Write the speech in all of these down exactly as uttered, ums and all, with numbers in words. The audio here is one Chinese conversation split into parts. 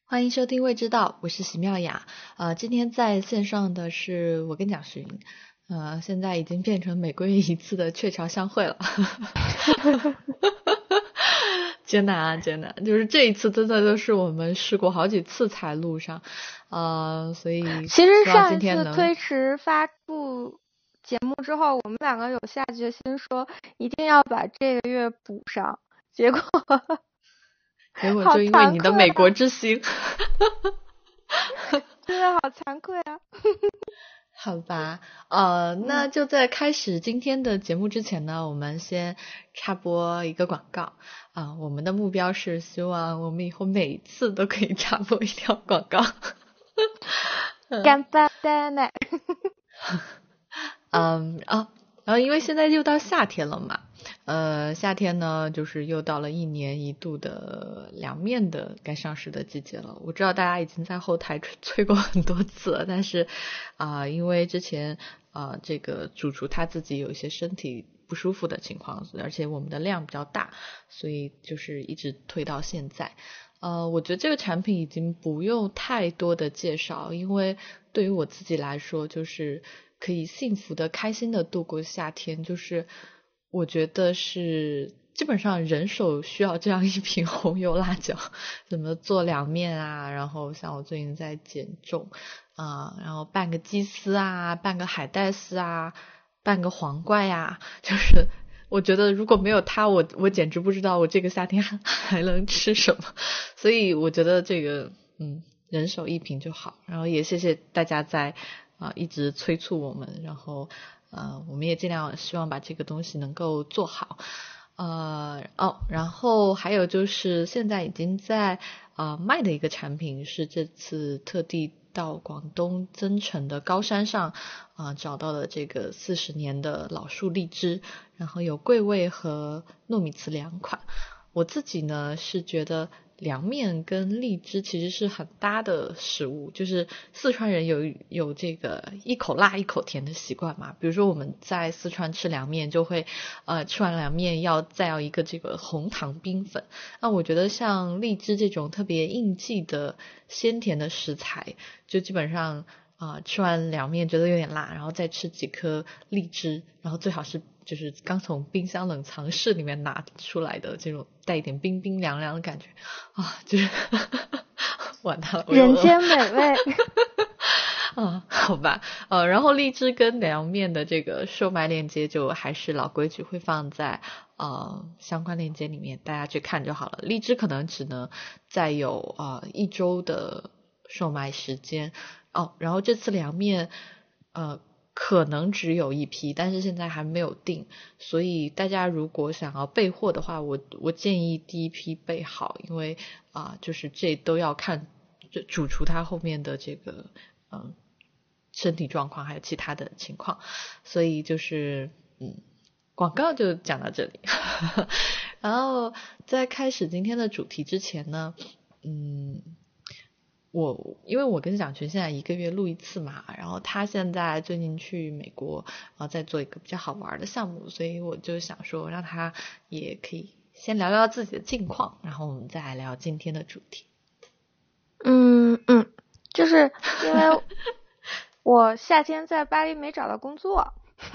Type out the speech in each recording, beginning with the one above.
欢迎收听未知道，我是席妙雅。呃，今天在线上的是我跟蒋勋，呃，现在已经变成每个月一次的鹊桥相会了。艰难啊，艰难！就是这一次真的都是我们试过好几次才录上，呃，所以其实上一次推迟发布节目之后，我们两个有下决心说一定要把这个月补上，结果结果就因为你的美国之星， 真的好惭愧啊！ 好吧，呃，那就在开始今天的节目之前呢，我们先插播一个广告啊、呃。我们的目标是希望我们以后每次都可以插播一条广告。 干巴蛋呢？ 嗯啊，然后因为现在又到夏天了嘛，呃，夏天呢就是又到了一年一度的凉面的该上市的季节了。我知道大家已经在后台催催过很多次了，但是啊、呃，因为之前啊、呃、这个主厨他自己有一些身体不舒服的情况，而且我们的量比较大，所以就是一直推到现在。呃，我觉得这个产品已经不用太多的介绍，因为对于我自己来说，就是可以幸福的、开心的度过夏天，就是我觉得是基本上人手需要这样一瓶红油辣椒，怎么做凉面啊，然后像我最近在减重啊、呃，然后拌个鸡丝啊，拌个海带丝啊，拌个黄瓜呀，就是我觉得如果没有它，我我简直不知道我这个夏天还还能吃什么，所以我觉得这个嗯人手一瓶就好，然后也谢谢大家在啊、呃、一直催促我们，然后呃我们也尽量希望把这个东西能够做好。呃哦，然后还有就是现在已经在啊、呃、卖的一个产品是这次特地到广东增城的高山上啊、呃、找到的这个四十年的老树荔枝，然后有桂味和糯米糍两款。我自己呢是觉得凉面跟荔枝其实是很搭的食物，就是四川人有有这个一口辣一口甜的习惯嘛，比如说我们在四川吃凉面就会呃吃完凉面要再要一个这个红糖冰粉，那我觉得像荔枝这种特别应季的鲜甜的食材，就基本上啊、呃、吃完凉面觉得有点辣，然后再吃几颗荔枝，然后最好是就是刚从冰箱冷藏室里面拿出来的这种带一点冰冰凉凉的感觉啊，就是完蛋了， 人间美味。 啊，好吧，呃，然后荔枝跟凉面的这个售卖链接就还是老规矩，会放在呃相关链接里面，大家去看就好了。荔枝可能只能再有呃一周的售卖时间哦，然后这次凉面呃可能只有一批，但是现在还没有定，所以大家如果想要备货的话，我我建议第一批备好，因为啊、呃、就是这都要看主厨他后面的这个嗯。身体状况还有其他的情况，所以就是嗯，广告就讲到这里。然后在开始今天的主题之前呢，嗯，我因为我跟蒋群现在一个月录一次嘛，然后他现在最近去美国，然后在做一个比较好玩的项目，所以我就想说让他也可以先聊聊自己的近况，然后我们再来聊今天的主题。 嗯嗯，就是因为我夏天在巴黎没找到工作，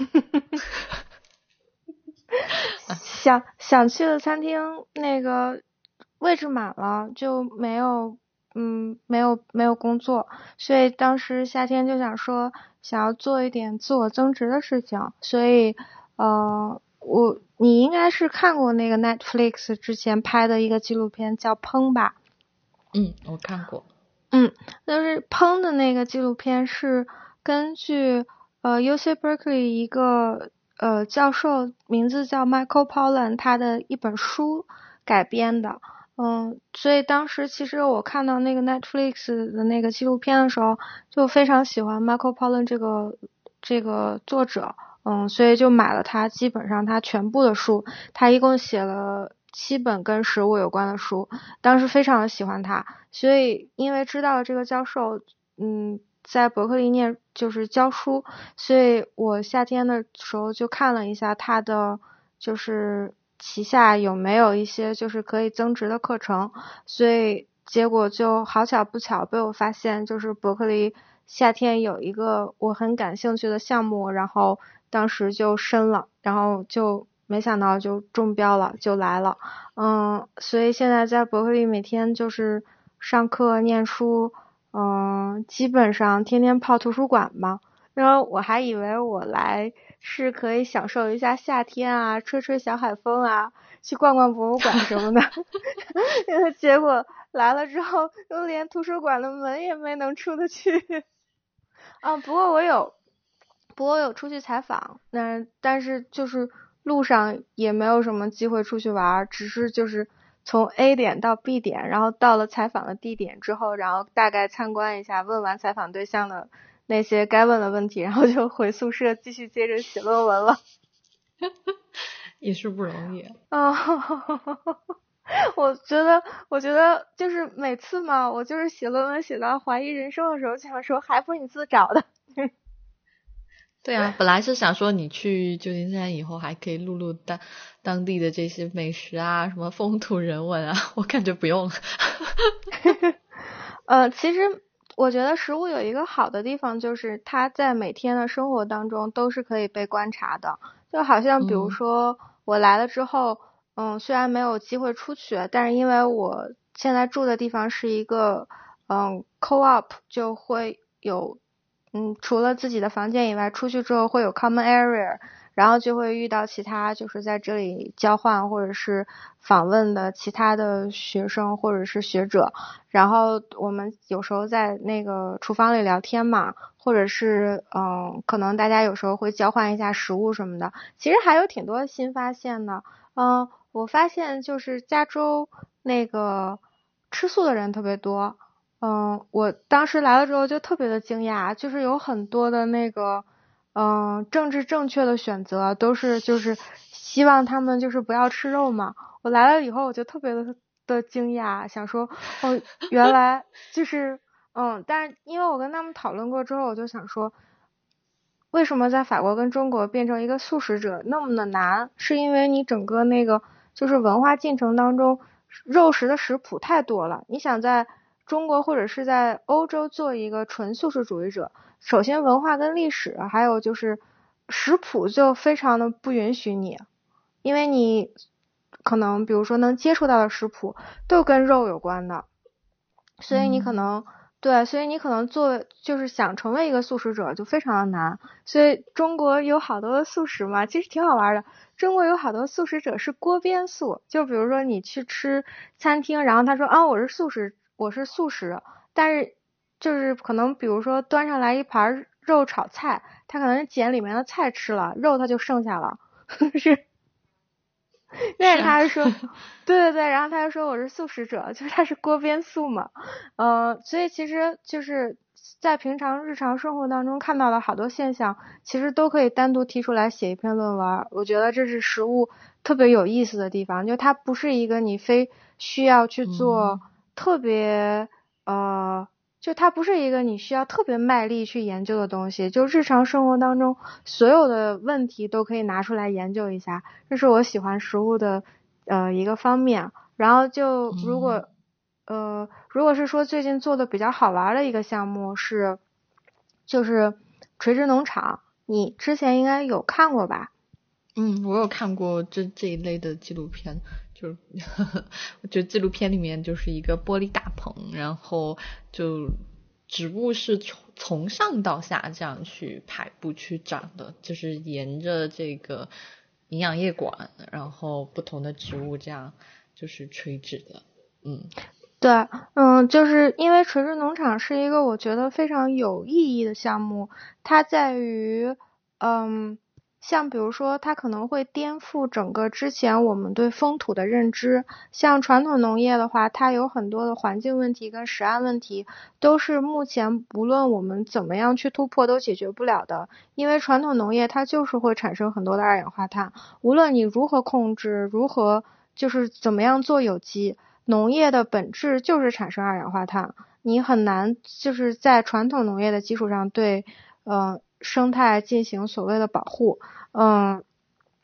想想去的餐厅那个位置满了，就没有嗯没有没有工作，所以当时夏天就想说想要做一点自我增值的事情，所以呃我你应该是看过那个 Netflix 之前拍的一个纪录片叫烹吧。 嗯，我看过。 嗯，但是烹的那个纪录片是根据呃 U C Berkeley 一个呃教授名字叫 Michael Pollan 他的一本书改编的。嗯，所以当时其实我看到那个 Netflix 的那个纪录片的时候，就非常喜欢 Michael Pollan 这个这个作者。嗯，所以就买了他基本上他全部的书，他一共写了七本跟食物有关的书，当时非常的喜欢他，所以因为知道了这个教授嗯在伯克利念就是教书，所以我夏天的时候就看了一下他的就是旗下有没有一些就是可以增值的课程，所以结果就好巧不巧被我发现，就是伯克利夏天有一个我很感兴趣的项目，然后当时就申了，然后就没想到就中标了，就来了。嗯，所以现在在伯克利每天就是上课念书，嗯，基本上天天泡图书馆吧。然后我还以为我来是可以享受一下夏天啊，吹吹小海风啊，去逛逛博物馆什么的。结果来了之后，就连图书馆的门也没能出得去。啊，不过我有，不过我有出去采访，那但是就是路上也没有什么机会出去玩，只是就是从 A 点到 B 点，然后到了采访的地点之后，然后大概参观一下，问完采访对象的那些该问的问题，然后就回宿舍继续接着写论文了。 也是不容易啊。我觉得，我觉得就是每次嘛，我就是写论文写到怀疑人生的时候，想说还不是你自找的。 对啊，本来是想说你去旧金山以后还可以录录当当地的这些美食啊，什么风土人文啊，我感觉不用了。 呃，其实我觉得食物有一个好的地方，就是它在每天的生活当中都是可以被观察的，就好像比如说我来了之后。嗯，虽然没有机会出去，但是因为我现在住的地方是一个嗯 co-op， 就会有嗯除了自己的房间以外，出去之后会有 common area， 然后就会遇到其他就是在这里交换或者是访问的其他的学生或者是学者，然后我们有时候在那个厨房里聊天嘛，或者是嗯可能大家有时候会交换一下食物什么的，其实还有挺多新发现的。嗯，我发现就是加州那个吃素的人特别多。嗯，我当时来了之后就特别的惊讶，就是有很多的那个嗯政治正确的选择都是就是希望他们就是不要吃肉嘛。我来了以后我就特别的的惊讶，想说哦原来就是嗯，但是因为我跟他们讨论过之后，我就想说。为什么在法国跟中国变成一个素食者那么的难？是因为你整个那个就是文化进程当中，肉食的食谱太多了。你想在中国或者是在欧洲做一个纯素食主义者，首先文化跟历史，还有就是食谱就非常的不允许你，因为你可能比如说能接触到的食谱都跟肉有关的，所以你可能。嗯对，所以你可能做就是想成为一个素食者就非常的难，所以中国有好多的素食嘛，其实挺好玩的。中国有好多素食者是锅边素，就比如说你去吃餐厅，然后他说啊我是素食，我是素食，但是就是可能比如说端上来一盘肉炒菜，他可能捡里面的菜吃了，肉他就剩下了，是。但是他说，对对对，然后他就说我是素食者，就是他是锅边素嘛，呃，所以其实就是在平常日常生活当中看到的好多现象，其实都可以单独提出来写一篇论文。我觉得这是食物特别有意思的地方，就它不是一个你非需要去做特别、嗯、呃。就它不是一个你需要特别卖力去研究的东西，就日常生活当中所有的问题都可以拿出来研究一下，这是我喜欢食物的呃一个方面。然后就如果、嗯、呃如果是说最近做的比较好玩的一个项目是就是垂直农场，你之前应该有看过吧？ 嗯，我有看过这这一类的纪录片，就我觉得纪录片里面就是一个玻璃大棚，然后就植物是从从上到下这样去排布去长的，就是沿着这个营养液管，然后不同的植物这样就是垂直的。嗯， 对，嗯，就是因为垂直农场是一个我觉得非常有意义的项目，它在于嗯。像比如说它可能会颠覆整个之前我们对风土的认知，像传统农业的话，它有很多的环境问题跟食安问题都是目前无论我们怎么样去突破都解决不了的，因为传统农业它就是会产生很多的二氧化碳，无论你如何控制，如何就是怎么样做有机，农业的本质就是产生二氧化碳，你很难就是在传统农业的基础上对呃生态进行所谓的保护。嗯，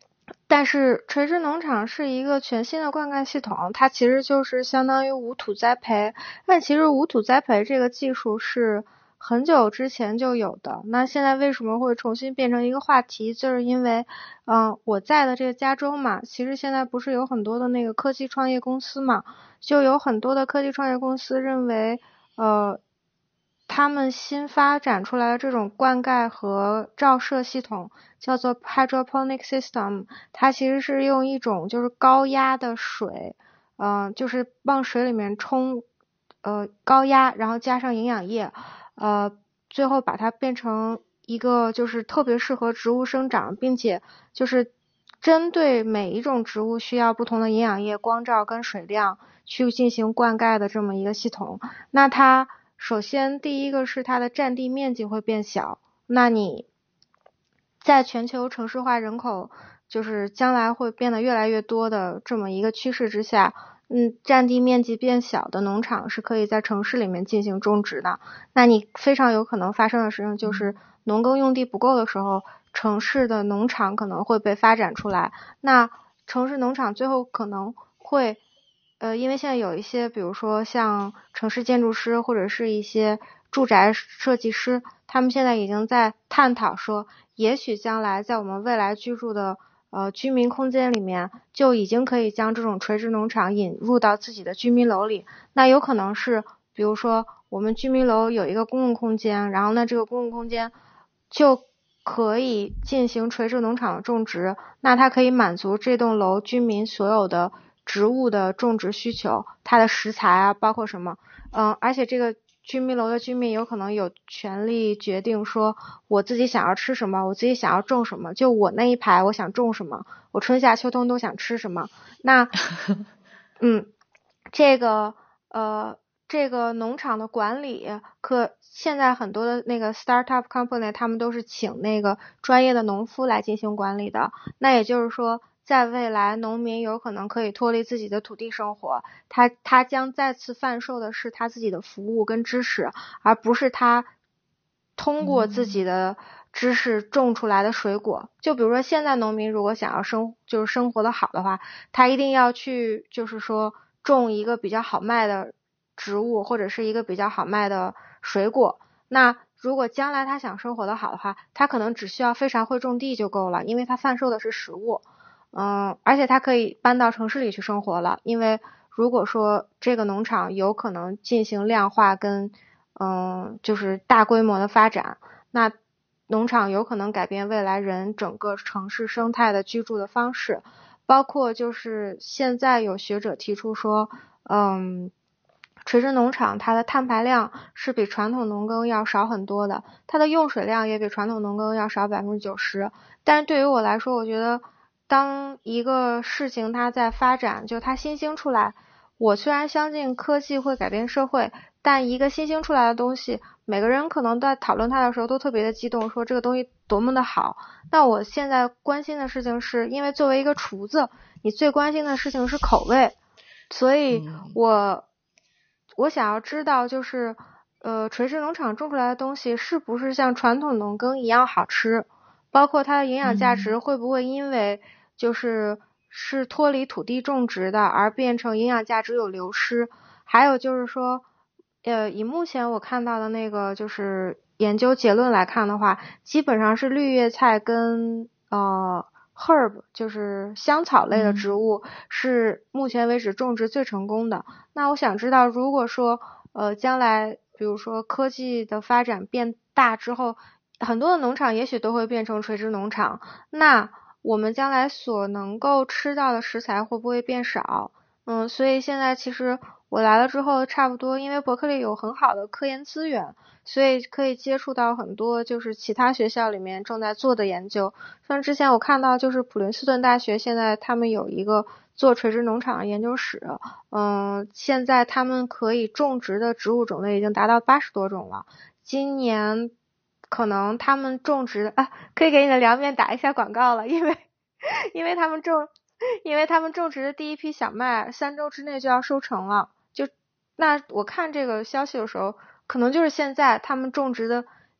但是垂直农场是一个全新的灌溉系统，它其实就是相当于无土栽培。但其实无土栽培这个技术是很久之前就有的，那现在为什么会重新变成一个话题，就是因为嗯、呃，我在的这个加州嘛，其实现在不是有很多的那个科技创业公司嘛，就有很多的科技创业公司认为呃他们新发展出来的这种灌溉和照射系统叫做 hydroponic system， 它其实是用一种就是高压的水，嗯、呃，就是往水里面冲，呃，高压，然后加上营养液，呃，最后把它变成一个就是特别适合植物生长，并且就是针对每一种植物需要不同的营养液、光照跟水量去进行灌溉的这么一个系统。那它首先第一个是它的占地面积会变小，那你在全球城市化人口就是将来会变得越来越多的这么一个趋势之下，嗯，占地面积变小的农场是可以在城市里面进行种植的。那你非常有可能发生的事情就是农耕用地不够的时候，城市的农场可能会被发展出来。那城市农场最后可能会呃，因为现在有一些比如说像城市建筑师或者是一些住宅设计师，他们现在已经在探讨说，也许将来在我们未来居住的呃居民空间里面就已经可以将这种垂直农场引入到自己的居民楼里。那有可能是比如说我们居民楼有一个公共空间，然后呢这个公共空间就可以进行垂直农场的种植，那它可以满足这栋楼居民所有的植物的种植需求，它的食材啊包括什么，嗯，而且这个居民楼的居民有可能有权利决定说我自己想要吃什么，我自己想要种什么，就我那一排我想种什么，我春夏秋冬都想吃什么。那嗯，这个呃这个农场的管理可现在很多的那个 startup company 他们都是请那个专业的农夫来进行管理的。那也就是说在未来农民有可能可以脱离自己的土地生活，他他将再次贩售的是他自己的服务跟知识，而不是他通过自己的知识种出来的水果。就比如说现在农民如果想要生就是生活的好的话，他一定要去就是说种一个比较好卖的植物或者是一个比较好卖的水果。那如果将来他想生活的好的话，他可能只需要非常会种地就够了，因为他贩售的是食物。嗯，而且他可以搬到城市里去生活了，因为如果说这个农场有可能进行量化跟嗯就是大规模的发展，那农场有可能改变未来人整个城市生态的居住的方式。包括就是现在有学者提出说，嗯垂直农场它的碳排量是比传统农耕要少很多的，它的用水量也比传统农耕要少 百分之九十。 但是对于我来说，我觉得当一个事情它在发展，就它新兴出来，我虽然相信科技会改变社会，但一个新兴出来的东西，每个人可能在讨论它的时候都特别的激动，说这个东西多么的好。那我现在关心的事情是，因为作为一个厨子，你最关心的事情是口味，所以我我想要知道就是呃垂直农场种出来的东西是不是像传统农耕一样好吃，包括它的营养价值会不会因为就是是脱离土地种植的而变成营养价值有流失。还有就是说呃以目前我看到的那个就是研究结论来看的话，基本上是绿叶菜跟呃herb 就是香草类的植物是目前为止种植最成功的。那我想知道如果说呃将来比如说科技的发展变大之后，很多的农场也许都会变成垂直农场，那我们将来所能够吃到的食材会不会变少。嗯，所以现在其实我来了之后差不多，因为伯克利有很好的科研资源，所以可以接触到很多就是其他学校里面正在做的研究。像之前我看到就是普林斯顿大学现在他们有一个做垂直农场的研究室，嗯，现在他们可以种植的植物种类已经达到八十多种了。今年可能他们种植啊，可以给你的凉面打一下广告了，因为因为他们种因为他们种植的第一批小麦三周之内就要收成了。就那我看这个消息的时候，可能就是现在他们种植的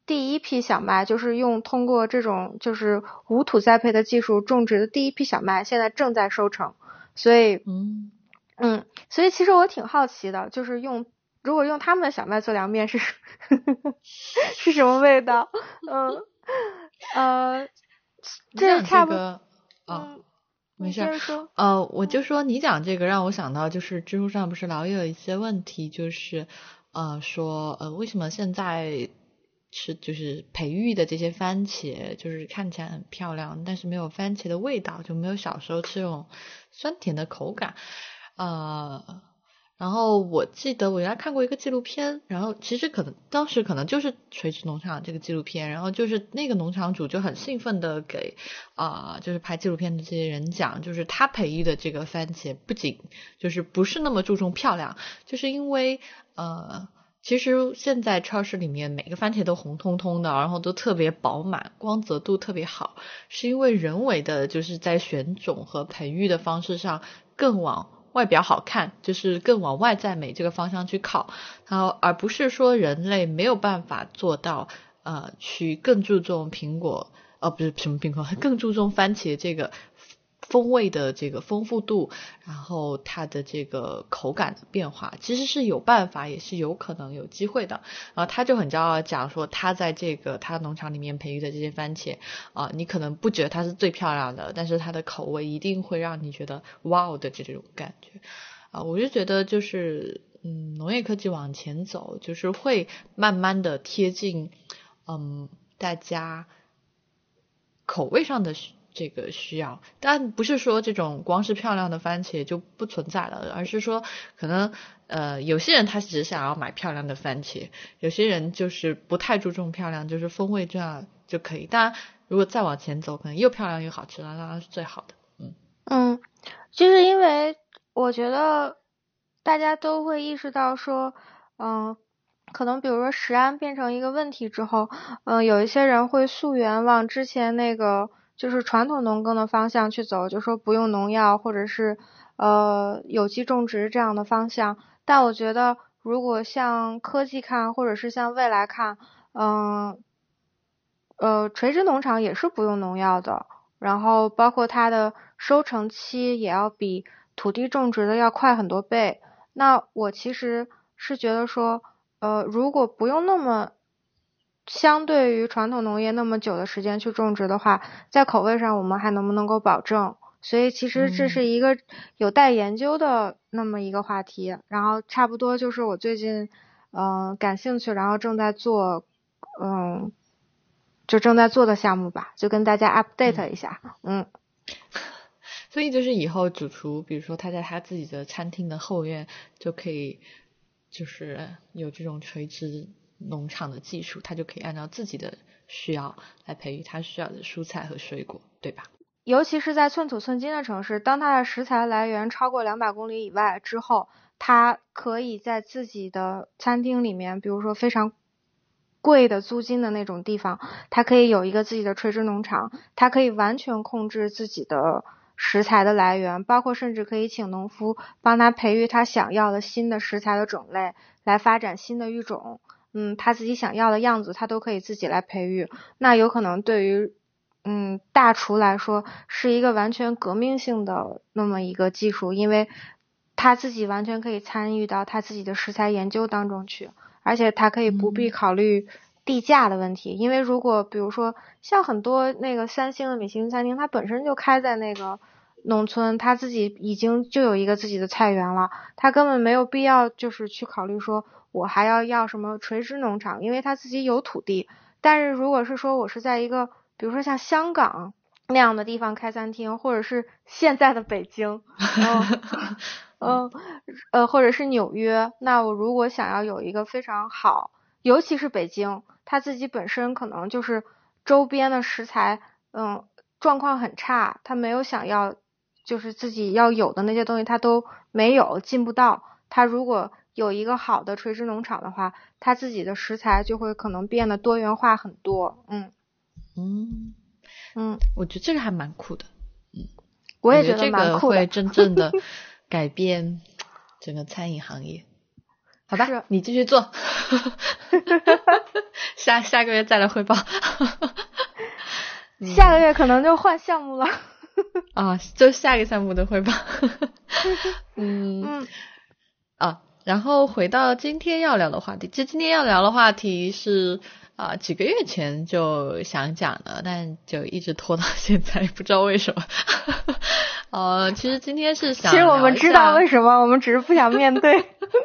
第一批小麦，就是用通过这种就是无土栽培的技术种植的第一批小麦，现在正在收成。所以嗯嗯，所以其实我挺好奇的，就是用如果用他们的小麦做凉面是是什么味道？嗯呃，这差不多。 个哦、 嗯， 没事。 接着说。 呃，我就说你讲这个让我想到，就是知乎上不是老有一些问题，就是呃说呃为什么现在吃就是培育的这些番茄，就是看起来很漂亮，但是没有番茄的味道，就没有小时候吃那种酸甜的口感。呃，然后我记得我原来看过一个纪录片，然后其实可能当时可能就是垂直农场这个纪录片，然后就是那个农场主就很兴奋的给啊、呃、就是拍纪录片的这些人讲，就是他培育的这个番茄不仅就是不是那么注重漂亮，就是因为呃其实现在超市里面每个番茄都红彤彤的，然后都特别饱满，光泽度特别好，是因为人为的就是在选种和培育的方式上更往外表好看，就是更往外在美这个方向去靠，然后而不是说人类没有办法做到呃去更注重苹果呃不是什么苹果，更注重番茄这个风味的这个丰富度，然后它的这个口感的变化，其实是有办法，也是有可能有机会的。然后他就很骄傲讲说，他在这个他农场里面培育的这些番茄啊、呃，你可能不觉得它是最漂亮的，但是它的口味一定会让你觉得哇哦的这种感觉啊、呃。我就觉得就是嗯，农业科技往前走，就是会慢慢的贴近嗯大家口味上的这个需要，但不是说这种光是漂亮的番茄就不存在了，而是说可能呃有些人他只想要买漂亮的番茄，有些人就是不太注重漂亮，就是风味这样就可以。当然如果再往前走，可能又漂亮又好吃了，当然是最好的。嗯嗯，就是因为我觉得大家都会意识到说，嗯，可能比如说食安变成一个问题之后，嗯，有一些人会溯源往之前那个就是传统农耕的方向去走，就说不用农药或者是呃有机种植这样的方向。但我觉得如果向科技看，或者是向未来看，嗯呃垂直农场也是不用农药的。然后包括它的收成期也要比土地种植的要快很多倍。那我其实是觉得说，呃，如果不用那么相对于传统农业那么久的时间去种植的话，在口味上我们还能不能够保证？所以其实这是一个有待研究的那么一个话题。然后差不多就是我最近嗯、呃、感兴趣，然后正在做嗯。就正在做的项目吧，就跟大家 update 一下。嗯，嗯所以就是以后主厨比如说他在他自己的餐厅的后院就可以就是有这种垂直农场的技术，他就可以按照自己的需要来培育他需要的蔬菜和水果，对吧？ 尤其是在寸土寸金的城市，当它的食材来源超过两百公里以外之后，他可以在自己的餐厅里面，比如说非常贵的租金的那种地方，它可以有一个自己的垂直农场，它可以完全控制自己的食材的来源，包括甚至可以请农夫帮他培育他想要的新的食材的种类，来发展新的育种。嗯，他自己想要的样子，他都可以自己来培育。那有可能对于嗯大厨来说，是一个完全革命性的那么一个技术，因为他自己完全可以参与到他自己的食材研究当中去。而且它可以不必考虑地价的问题，因为如果比如说像很多那个三星的米其林餐厅，它本身就开在那个农村，它自己已经就有一个自己的菜园了，它根本没有必要就是去考虑说我还要要什么垂直农场，因为它自己有土地。但是如果是说我是在一个比如说像香港那样的地方开餐厅，或者是现在的北京，嗯嗯呃，或者是纽约，那我如果想要有一个非常好，尤其是北京，它自己本身可能就是周边的食材，嗯，状况很差，它没有想要就是自己要有的那些东西，它都没有，进不到。它如果有一个好的垂直农场的话，它自己的食材就会可能变得多元化很多。嗯嗯嗯， 我觉得这个还蛮酷的。嗯， 我也觉得蛮酷的。 我觉得这个会真正的改变整个餐饮行业。 好吧，你继续做，下下个月再来汇报。 下个月可能就换项目了。 啊，就下一个项目的汇报。嗯嗯啊，然后回到今天要聊的话题，其实今天要聊的话题是啊、呃、几个月前就想讲的，但就一直拖到现在，不知道为什么。呃，其实今天是想， 其实我们知道为什么，我们只是不想面对。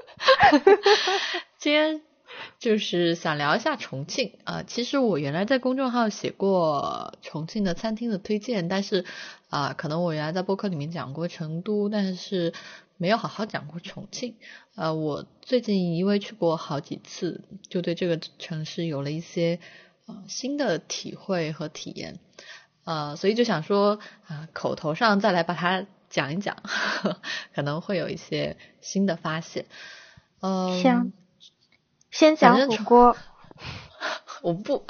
今天就是想聊一下重庆啊、呃。其实我原来在公众号写过重庆的餐厅的推荐，但是啊、呃，可能我原来在播客里面讲过成都，但是没有好好讲过重庆。呃，我最近因为去过好几次，就对这个城市有了一些呃新的体会和体验。呃，所以就想说啊、呃，口头上再来把它讲一讲，呵呵可能会有一些新的发现。嗯、呃， 行，先讲火锅。 我不。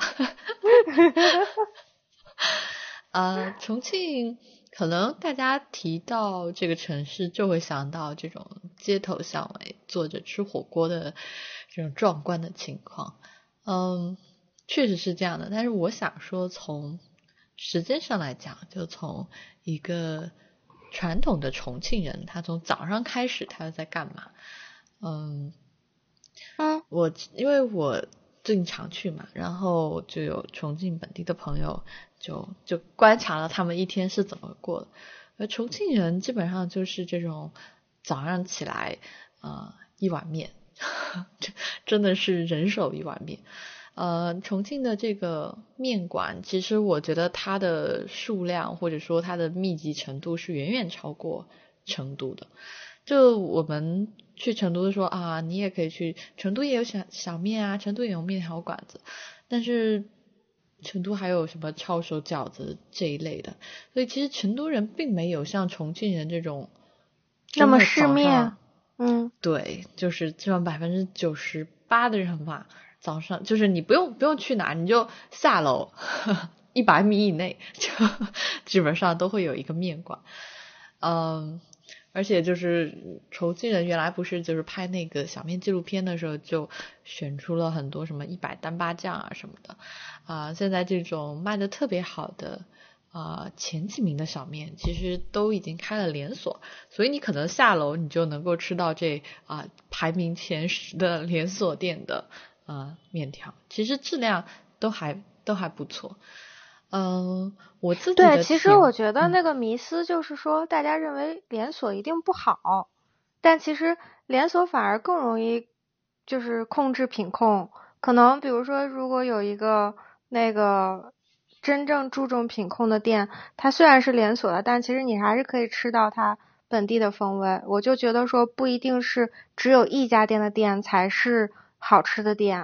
呃，重庆可能大家提到这个城市就会想到这种街头巷尾坐着吃火锅的这种壮观的情况。嗯，确实是这样的，但是我想说从时间上来讲，就从一个传统的重庆人，他从早上开始他在干嘛？嗯嗯， 我因为我最近常去嘛，然后就有重庆本地的朋友就就观察了他们一天是怎么过的。而重庆人基本上就是这种早上起来呃一碗面，真的是人手一碗面。呃，重庆的这个面馆，其实我觉得它的数量或者说它的密集程度是远远超过成都的。就我们去成都的时候啊，你也可以去成都也有小小面啊，成都也有面条馆子，但是成都还有什么抄手饺子这一类的，所以其实成都人并没有像重庆人这种那么市面。嗯， 对，就是基本百分之九十八的人吧，早上就是你不用不用去哪，你就下楼一百米以内，就基本上都会有一个面馆。嗯，而且就是重庆人原来不是就是拍那个小面纪录片的时候就选出了很多什么一百单八将啊什么的啊、呃，现在这种卖的特别好的啊、呃、前几名的小面其实都已经开了连锁，所以你可能下楼你就能够吃到这啊、呃、排名前十的连锁店的呃面条，其实质量都还都还不错。嗯，我自己的对，其实我觉得那个迷思就是说，大家认为连锁一定不好，但其实连锁反而更容易就是控制品控。可能比如说，如果有一个那个真正注重品控的店，它虽然是连锁的，但其实你还是可以吃到它本地的风味。我就觉得说，不一定是只有一家店的店才是好吃的店。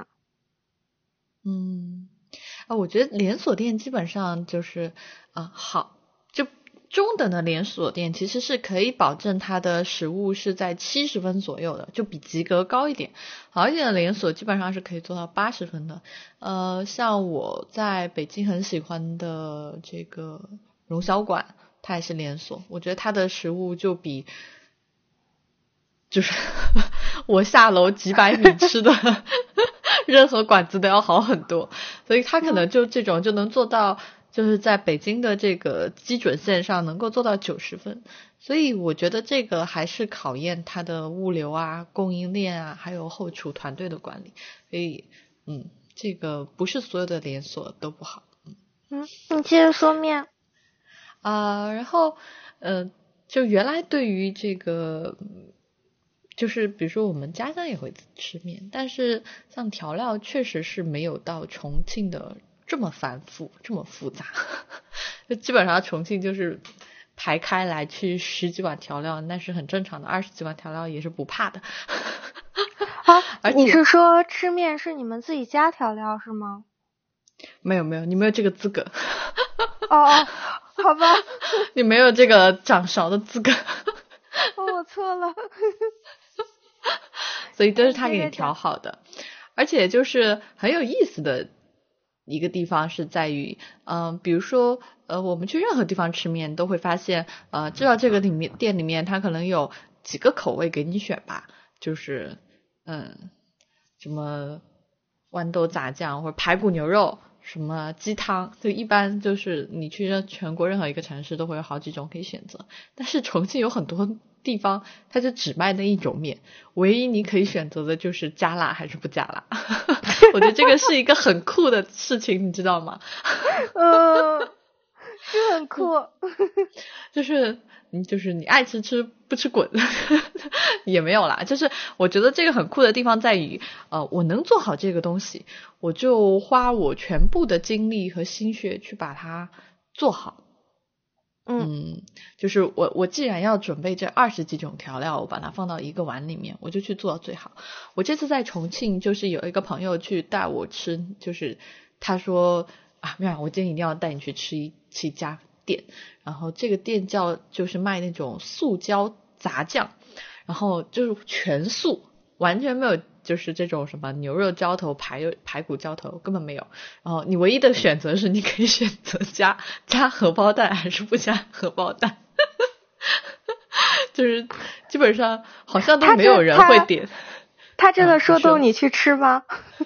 嗯。啊，我觉得连锁店基本上就是啊、呃、好，就中等的连锁店其实是可以保证它的食物是在七十分左右的，就比及格高一点。好一点的连锁基本上是可以做到八十分的。呃，像我在北京很喜欢的这个荣小馆，它也是连锁，我觉得它的食物就比就是我下楼几百米吃的任何馆子都要好很多，所以他可能就这种就能做到，就是在北京的这个基准线上能够做到九十分，所以我觉得这个还是考验它的物流啊、供应链啊，还有后厨团队的管理，所以嗯，这个不是所有的连锁都不好。 嗯，你接着说面。 啊、呃，然后呃，就原来对于这个。就是比如说我们家乡也会吃面，但是像调料确实是没有到重庆的这么繁复这么复杂，就基本上重庆就是排开来去十几碗调料那是很正常的，二十几碗调料也是不怕的。 啊，你是说吃面是你们自己加调料是吗？ 没有没有，你没有这个资格。 哦哦，好吧。 你没有这个掌勺的资格。 哦，我错了。 所以都是他给你调好的，而且就是很有意思的一个地方是在于，嗯、呃，比如说呃，我们去任何地方吃面都会发现，呃，知道这个里面店里面它可能有几个口味给你选吧，就是嗯，什么豌豆炸酱或者排骨牛肉，什么鸡汤，就一般就是你去任全国任何一个城市都会有好几种可以选择。但是重庆有很多地方它就只卖那一种面，唯一你可以选择的就是加辣还是不加辣。我觉得这个是一个很酷的事情，你知道吗？ 呃，是很酷。 就是你就是你爱吃吃不吃滚也没有啦，就是我觉得这个很酷的地方在于呃，我能做好这个东西，我就花我全部的精力和心血去把它做好。 嗯, 嗯，就是我我既然要准备这二十几种调料，我把它放到一个碗里面，我就去做到最好。我这次在重庆就是有一个朋友去带我吃，就是他说啊，妙，我今天一定要带你去吃一吃一家店，然后这个店叫就是卖那种素椒杂酱，然后就是全素，完全没有就是这种什么牛肉浇头排排骨浇头根本没有，然后你唯一的选择是你可以选择加加荷包蛋还是不加荷包蛋就是基本上好像都没有人会点。 他真的说动你去吃吗？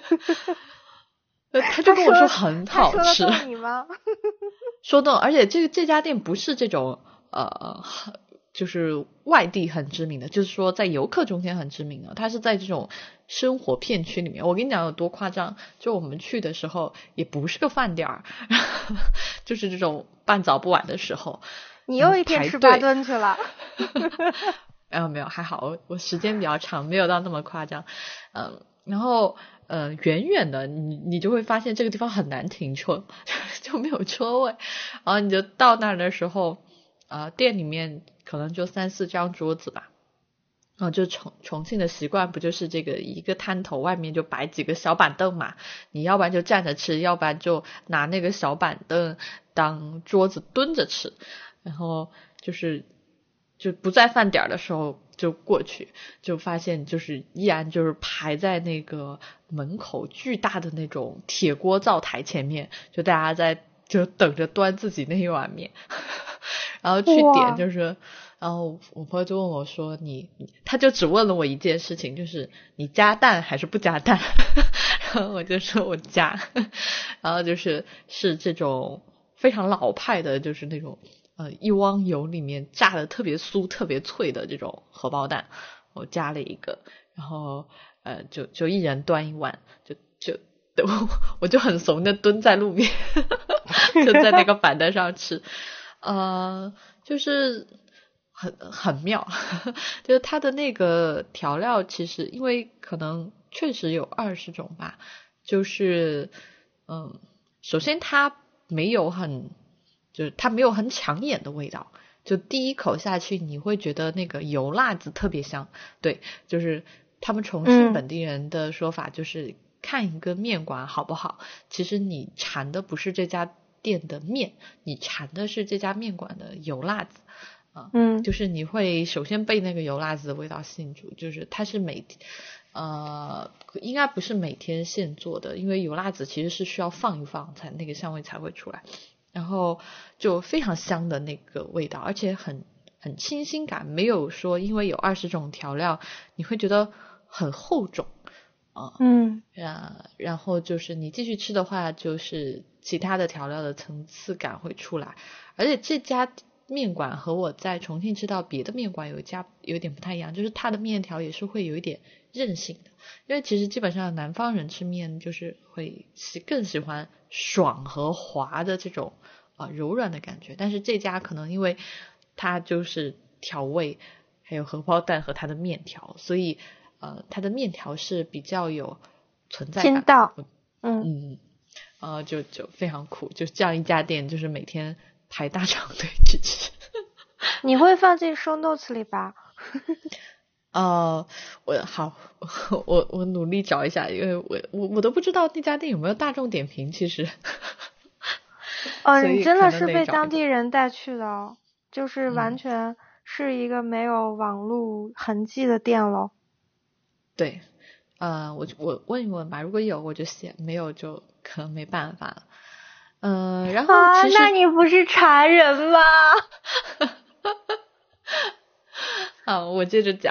他就跟我说很好吃。 他说得动你吗？ 说动，而且这个这家店不是这种呃，就是外地很知名的，就是说在游客中间很知名的，它是在这种生活片区里面。我跟你讲有多夸张，就我们去的时候也不是个饭点儿，就是这种半早不晚的时候。 你又一天吃八顿去了。 没有没有，还好我我时间比较长，没有到那么夸张。嗯，然后呃，远远的你你就会发现这个地方很难停车，就没有车位。然后你就到那儿的时候，呃，店里面可能就三四张桌子吧。然后就重重庆的习惯不就是这个一个摊头外面就摆几个小板凳嘛，你要不然就站着吃，要不然就拿那个小板凳当桌子蹲着吃。然后就是就不在饭点的时候就过去，就发现就是依然就是排在那个门口巨大的那种铁锅灶台前面，就大家在就等着端自己那一碗面然后去点，就是然后我朋友就问我说你他就只问了我一件事情，就是你加蛋还是不加蛋然后我就说我加然后就是是这种非常老派的，就是那种呃，一汪油里面炸的特别酥特别脆的这种荷包蛋，我加了一个，然后呃，就就一人端一碗，就就我我就很怂的蹲在路边就在那个板凳上吃。呃，就是很很妙就是它的那个调料其实因为可能确实有二十种吧，就是嗯，首先它没有很就是它没有很抢眼的味道，就第一口下去你会觉得那个油辣子特别香。对，就是他们重庆本地人的说法就是看一个面馆好不好，其实你馋的不是这家店的面，你馋的是这家面馆的油辣子啊、 嗯， 就是你会首先被那个油辣子的味道吸引住，就是它是每呃应该不是每天现做的，因为油辣子其实是需要放一放才那个香味才会出来，然后就非常香的那个味道，而且很很清新感，没有说因为有二十种调料你会觉得很厚重啊。 嗯， 然然后就是你继续吃的话，就是其他的调料的层次感会出来，而且这家面馆和我在重庆吃到别的面馆有一家有点不太一样，就是它的面条也是会有一点韧性的，因为其实基本上南方人吃面就是会喜更喜欢爽和滑的这种啊、呃、柔软的感觉，但是这家可能因为它就是调味还有荷包蛋和它的面条，所以呃它的面条是比较有存在感， 筋道。 嗯嗯呃就就非常酷，就这样一家店就是每天排大长队去吃。 你会放进show notes里吧？ 呃，我好，我我努力找一下，因为我我我都不知道那家店有没有大众点评，其实。 哦，你真的是被当地人带去的哦，就是完全是一个没有网络痕迹的店咯。 对，呃，我我问一问吧，如果有我就写，没有就可能没办法了。嗯、呃，然后其实、 啊、那你不是馋人吗？ 好，我接着讲。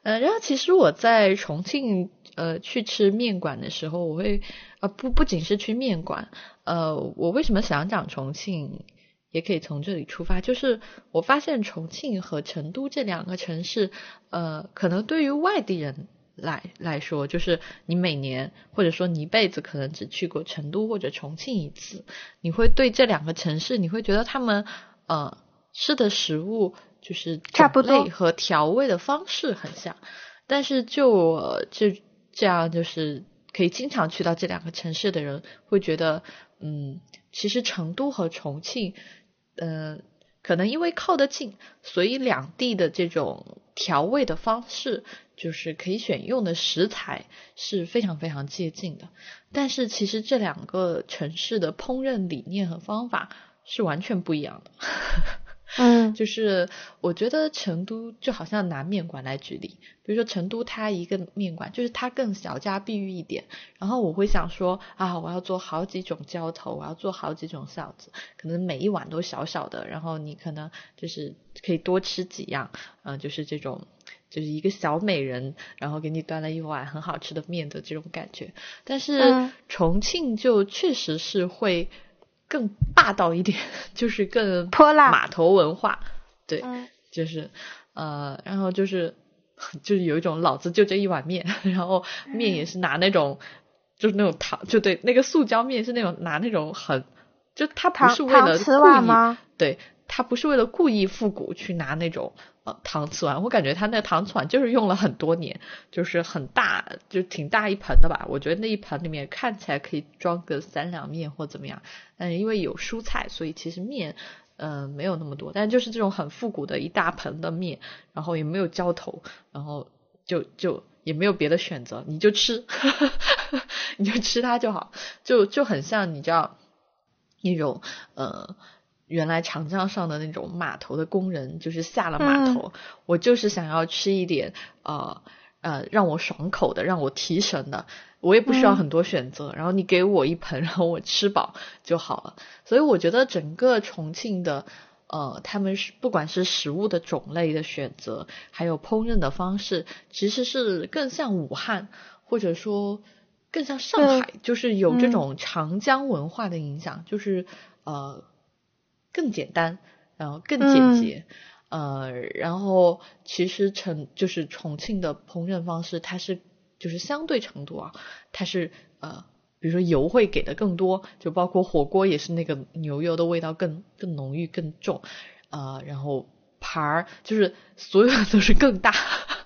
呃，然后其实我在重庆呃去吃面馆的时候，我会呃不不仅是去面馆，呃，我为什么想讲重庆？也可以从这里出发，就是我发现重庆和成都这两个城市，呃，可能对于外地人来来说，就是你每年或者说你一辈子可能只去过成都或者重庆一次，你会对这两个城市，你会觉得他们呃吃的食物就是种类和调味的方式很像，但是就呃就这样就是可以经常去到这两个城市的人会觉得，嗯，其实成都和重庆。呃，可能因为靠得近，所以两地的这种调味的方式，就是可以选用的食材是非常非常接近的。但是其实这两个城市的烹饪理念和方法是完全不一样的。 嗯， 就是我觉得成都就好像拿面馆来举例，比如说成都它一个面馆就是它更小家碧玉一点，然后我会想说啊，我要做好几种浇头，我要做好几种臊子，可能每一碗都小小的，然后你可能就是可以多吃几样，嗯、呃，就是这种就是一个小美人然后给你端了一碗很好吃的面的这种感觉。但是重庆就确实是会更霸道一点，就是更泼辣码头文化，对、 嗯、 就是呃然后就是就是有一种老子就这一碗面，然后面也是拿那种、嗯、就是那种糖，就对，那个塑胶面是那种拿那种很就它不是为了故意吗？ 对，它不是为了故意复古去拿那种呃搪瓷碗，我感觉它那个搪瓷碗就是用了很多年，就是很大，就挺大一盆的吧，我觉得那一盆里面看起来可以装个三两面或怎么样，但是因为有蔬菜，所以其实面呃没有那么多，但就是这种很复古的一大盆的面，然后也没有浇头，然后就就也没有别的选择，你就吃你就吃它就好，就就很像你知道那种呃原来长江上的那种码头的工人，就是下了码头、嗯、我就是想要吃一点呃呃让我爽口的，让我提神的，我也不需要很多选择、嗯、然后你给我一盆，然后我吃饱就好了。所以我觉得整个重庆的呃他们是不管是食物的种类的选择，还有烹饪的方式，其实是更像武汉，或者说更像上海、嗯、就是有这种长江文化的影响、嗯、就是呃更简单，然后更简洁、嗯、呃然后其实成就是重庆的烹饪方式，它是就是相对程度啊，它是呃比如说油会给的更多，就包括火锅也是那个牛油的味道更更浓郁更重，呃然后盘儿就是所有的都是更大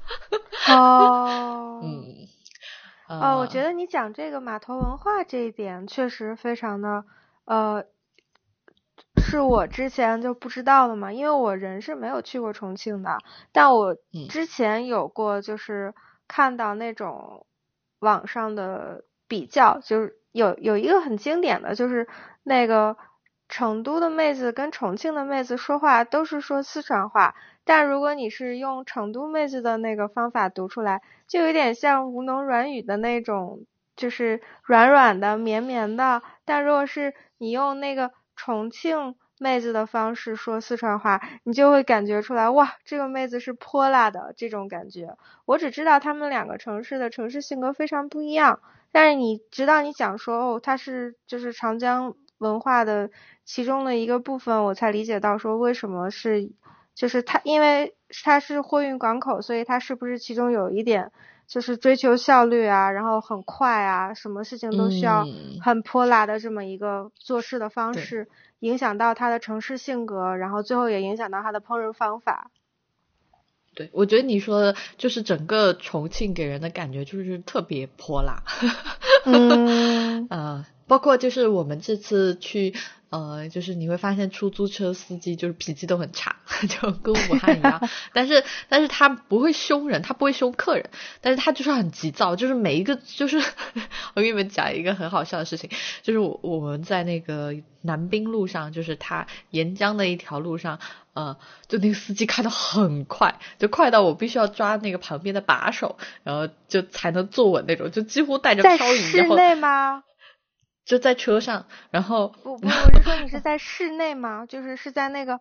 哦嗯呃、哦，我觉得你讲这个码头文化这一点确实非常的呃是我之前就不知道的嘛，因为我人是没有去过重庆的，但我之前有过就是看到那种网上的比较，就是有有一个很经典的，就是那个成都的妹子跟重庆的妹子说话都是说四川话，但如果你是用成都妹子的那个方法读出来，就有点像吴侬软语的那种，就是软软的绵绵的，但如果是你用那个重庆妹子的方式说四川话，你就会感觉出来，哇，这个妹子是泼辣的这种感觉。我只知道他们两个城市的城市性格非常不一样，但是你直到你讲说哦，它是就是长江文化的其中的一个部分，我才理解到说为什么是就是它，因为它是货运港口，所以它是不是其中有一点就是追求效率啊，然后很快啊，什么事情都需要很泼辣的这么一个做事的方式、嗯、影响到它的城市性格，然后最后也影响到它的烹饪方法。 对，我觉得你说的就是整个重庆给人的感觉就是特别泼辣嗯呃包括就是我们这次去呃就是你会发现出租车司机就是脾气都很差，就跟武汉一样但是但是他不会凶人，他不会凶客人，但是他就是很急躁，就是每一个就是我跟你们讲一个很好笑的事情，就是我我们在那个南滨路上，就是他沿江的一条路上，呃就那个司机开得很快，就快到我必须要抓那个旁边的把手，然后就才能坐稳那种，就几乎带着漂移。 在室内吗？ 就在车上，然后不不，我是说你是在室内吗？就是是在那个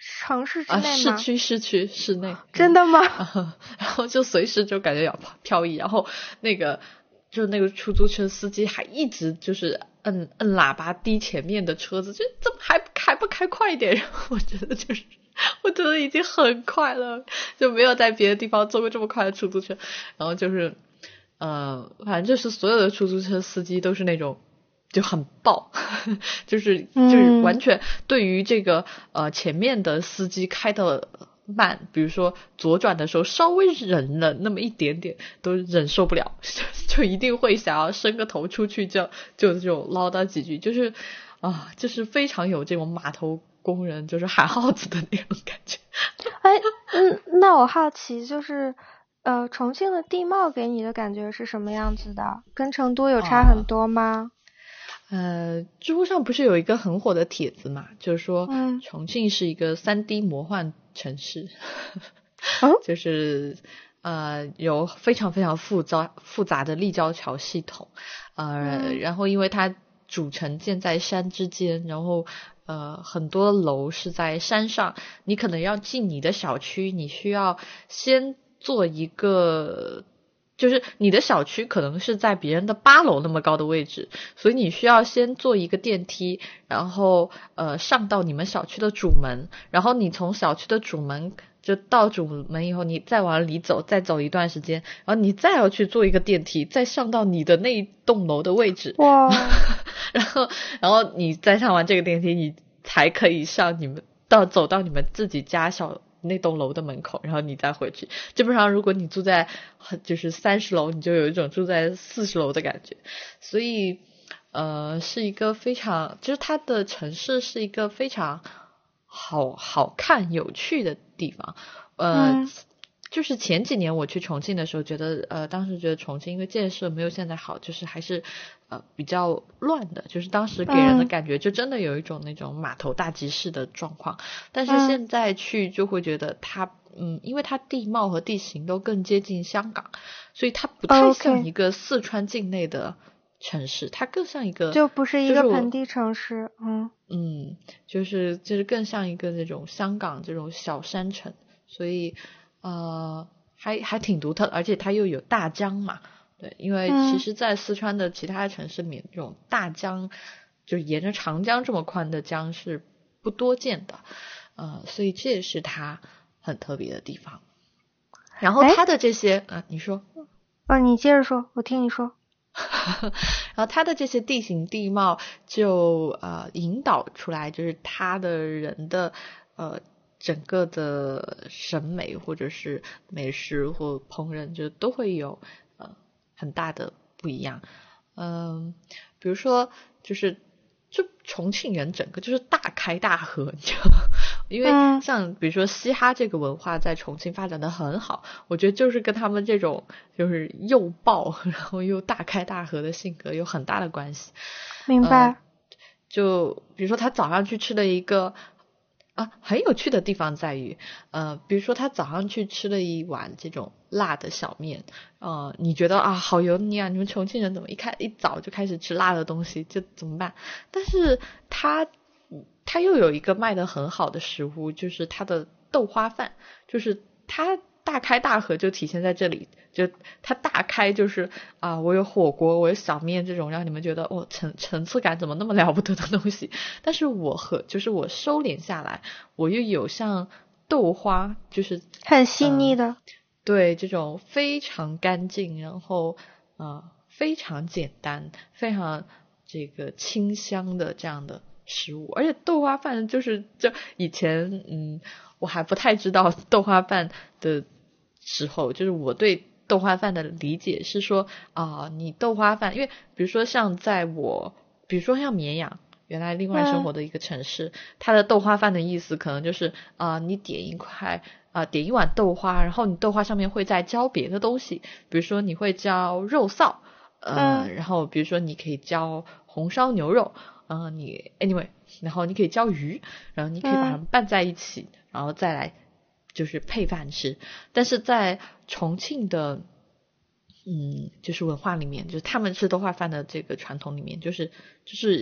城市之啊， 内吗？ 市区市区室内。 真的吗？ 嗯、然后就随时就感觉要漂移，然后那个就那个出租车司机还一直就是摁摁喇叭滴前面的车子，就怎么还还不开快一点？然后我觉得就是我觉得已经很快了，就没有在别的地方坐过这么快的出租车。然后就是呃反正就是所有的出租车司机都是那种就很爆，就是就是完全对于这个呃前面的司机开的慢，比如说左转的时候稍微忍了那么一点点都忍受不了，就一定会想要伸个头出去，就就这种唠叨几句，就是啊，就是非常有这种码头工人就是喊号子的那种感觉。 哎，嗯，那我好奇就是呃重庆的地貌给你的感觉是什么样子的？跟成都有差很多吗？ 啊呃，知乎上不是有一个很火的帖子嘛，就是说嗯重庆是一个 三 D 魔幻城市。 哦， 就是呃有非常非常复杂复杂的立交桥系统，呃、嗯、然后因为它主城建在山之间，然后呃很多楼是在山上，你可能要进你的小区，你需要先做一个，就是你的小区可能是在别人的八楼那么高的位置，所以你需要先坐一个电梯，然后呃上到你们小区的主门，然后你从小区的主门就到主门以后，你再往里走，再走一段时间，然后你再要去坐一个电梯，再上到你的那一栋楼的位置。 哇！ 然后然后你再上完这个电梯，你才可以上你们到走到你们自己家小那栋楼的门口，然后你再回去。基本上如果你住在就是三十楼，你就有一种住在四十楼的感觉。所以呃是一个非常，就是它的城市是一个非常好好看有趣的地方。呃、嗯、就是前几年我去重庆的时候觉得呃当时觉得重庆因为建设没有现在好，就是还是呃比较乱的，就是当时给人的感觉就真的有一种那种码头大集市的状况。但是现在去就会觉得它嗯因为它地貌和地形都更接近香港，所以它不太像一个四川境内的城市， okay. 它更像一个就不是一个盆地城市。嗯嗯就是就是更像一个那种香港这种小山城，所以呃还还挺独特的，而且它又有大江嘛。对，因为其实在四川的其他城市里面，这种大江就沿着长江这么宽的江是不多见的，呃所以这也是它很特别的地方。然后它的这些呃你说呃你接着说，我听你说。 然后它的这些地形地貌就呃引导出来，就是它的人的呃整个的审美或者是美食或烹饪就都会有呃很大的不一样。嗯、呃，比如说就是就重庆人整个就是大开大合，你知道吗？因为像比如说嘻哈这个文化在重庆发展的很好，我觉得就是跟他们这种就是又爆然后又大开大合的性格有很大的关系。 明白。呃、 就比如说他早上去吃了一个啊很有趣的地方在于呃比如说他早上去吃了一碗这种辣的小面，呃你觉得啊好油腻啊，你们重庆人怎么一开一早就开始吃辣的东西，就怎么办？但是他它又有一个卖得很好的食物，就是它的豆花饭，就是它大开大合就体现在这里，就它大开就是啊，我有火锅，我有小面这种让你们觉得哦层层次感怎么那么了不得的东西，但是我和就是我收敛下来，我又有像豆花，就是很细腻的、呃， 对，这种非常干净，然后呃非常简单，非常这个清香的这样的食物。而且豆花饭就是就以前嗯我还不太知道豆花饭的时候，就是我对豆花饭的理解是说啊、呃，你豆花饭，因为比如说像在我比如说像绵阳原来另外生活的一个城市、嗯、它的豆花饭的意思可能就是啊、呃，你点一块啊、呃、点一碗豆花，然后你豆花上面会再浇别的东西，比如说你会浇肉臊呃、嗯，然后比如说你可以浇红烧牛肉，嗯、呃，你 anyway， 然后你可以浇鱼，然后你可以把它们拌在一起、嗯、然后再来就是配饭吃。但是在重庆的嗯就是文化里面，就是他们吃豆花饭的这个传统里面，就是就是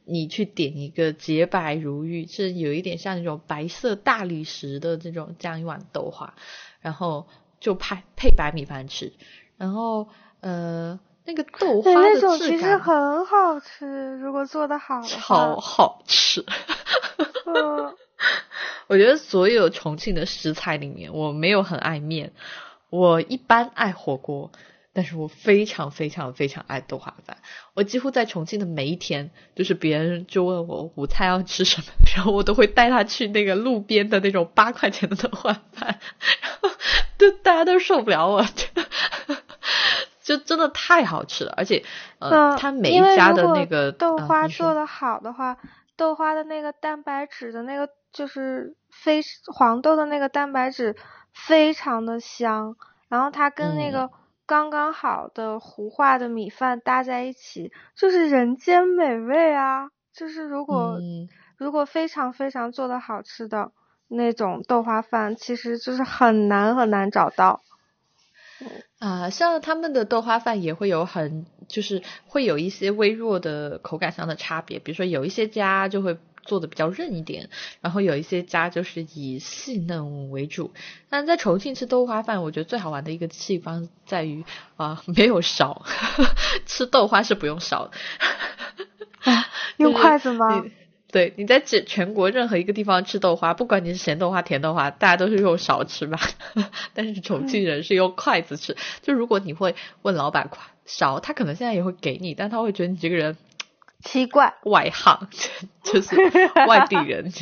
你去点一个洁白如玉，是有一点像那种白色大理石的这种这样一碗豆花，然后就配配白米饭吃，然后呃那个豆花的质感那种其实很好吃，如果做得好的话超好吃。 嗯， 我觉得所有重庆的食材里面，我没有很爱面，我一般爱火锅，但是我非常非常非常爱豆花饭。我几乎在重庆的每一天，就是别人就问我午餐要吃什么，然后我都会带他去那个路边的那种八块钱的豆花饭，然后就大家都受不了我，就真的太好吃了。而且呃，他每一家的那个豆花做的得好的话、呃、豆花的那个蛋白质的那个就是非黄豆的那个蛋白质非常的香，然后它跟那个刚刚好的糊化的米饭搭在一起、嗯、就是人间美味啊。就是如果、嗯、如果非常非常做得好吃的那种豆花饭，其实就是很难很难找到。 啊、呃，像他们的豆花饭也会有很就是会有一些微弱的口感上的差别，比如说有一些家就会做的比较韧一点，然后有一些家就是以细嫩为主。但在重庆吃豆花饭，我觉得最好玩的一个地方在于啊、呃，没有勺，吃豆花是不用勺的。 啊、用筷子吗？ 对，你在全国任何一个地方吃豆花，不管你是咸豆花甜豆花，大家都是用勺吃吧，但是重庆人是用筷子吃、嗯、就如果你会问老板勺，他可能现在也会给你，但他会觉得你这个人奇怪外行，就是外地人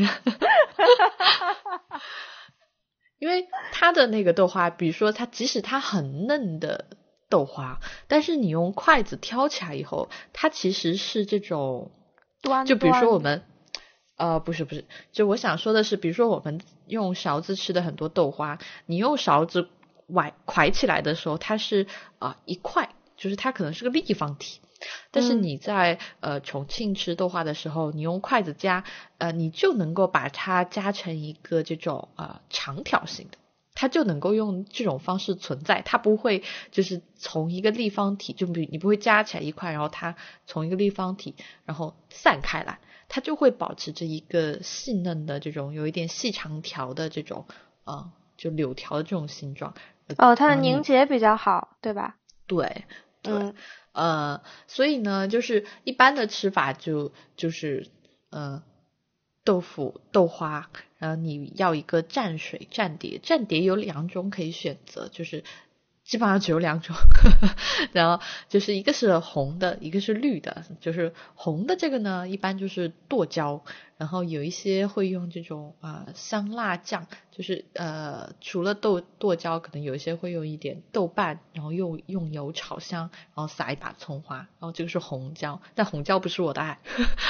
因为他的那个豆花，比如说他即使他很嫩的豆花，但是你用筷子挑起来以后，它其实是这种端端就比如说我们呃，不是不是，就我想说的是，比如说我们用勺子吃的很多豆花，你用勺子崴蒯起来的时候，它是啊、呃、一块，就是它可能是个立方体。但是你在、嗯、呃重庆吃豆花的时候，你用筷子夹，呃，你就能够把它夹成一个这种呃长条形的，它就能够用这种方式存在，它不会就是从一个立方体，就比你不会夹起来一块，然后它从一个立方体然后散开来。它就会保持着一个细嫩的这种有一点细长条的这种呃就柳条的这种形状。 哦，它的凝结比较好，对吧？ 对对、 嗯、 呃所以呢就是一般的吃法就就是呃豆腐豆花，然后你要一个蘸水蘸碟，蘸碟有两种可以选择，就是基本上只有两种然后就是一个是红的，一个是绿的。就是红的这个呢一般就是剁椒，然后有一些会用这种啊、呃、香辣酱，就是呃除了豆剁椒可能有一些会用一点豆瓣，然后用用油炒香，然后撒一把葱花，然后这个是红椒，但红椒不是我的爱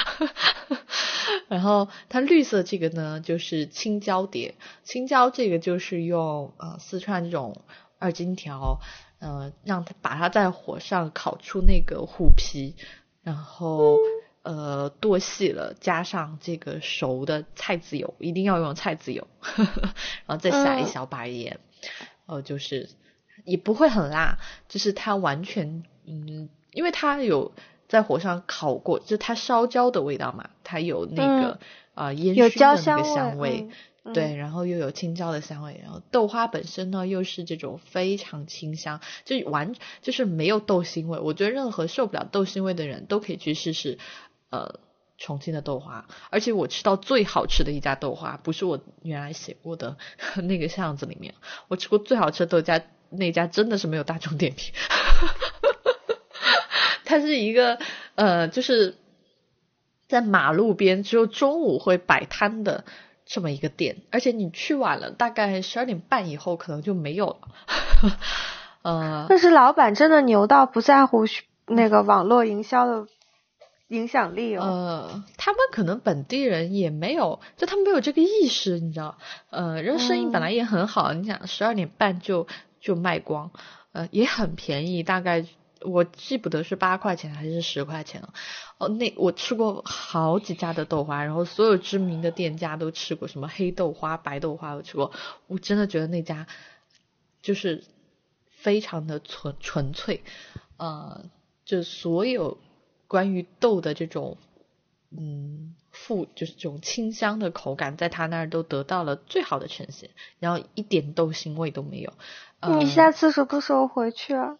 然后它绿色这个呢就是青椒碟，青椒这个就是用呃四川这种二荆条，呃，让它把它在火上烤出那个虎皮，然后呃剁细了，加上这个熟的菜籽油，一定要用菜籽油呵呵，然后再撒一小把盐，哦、呃，就是也不会很辣，就是它完全嗯，因为它有在火上烤过，就是它烧焦的味道嘛，它有那个啊、 嗯呃、烟熏的那个香味。 味。对，然后又有青椒的香味，然后豆花本身呢又是这种非常清香，就完就是没有豆腥味。我觉得任何受不了豆腥味的人都可以去试试呃重庆的豆花。而且我吃到最好吃的一家豆花，不是我原来写过的那个巷子里面，我吃过最好吃的豆家，那家真的是没有大众点评它是一个呃就是在马路边只有中午会摆摊的这么一个店，而且你去晚了，大概十二点半以后可能就没有了。呃， 但是老板真的牛到不在乎那个网络营销的影响力哦。 呃，他们可能本地人也没有，就他们没有这个意识，你知道？呃，人生意本来也很好，嗯、你想十二点半就就卖光，呃，也很便宜，大概。我记不得是八块钱还是十块钱了。哦，那我吃过好几家的豆花，然后所有知名的店家都吃过，什么黑豆花、白豆花我吃过。我真的觉得那家就是非常的纯纯粹，呃，就所有关于豆的这种嗯富就是这种清香的口感，在他那儿都得到了最好的呈现，然后一点豆腥味都没有。 你下次什么时候回去啊？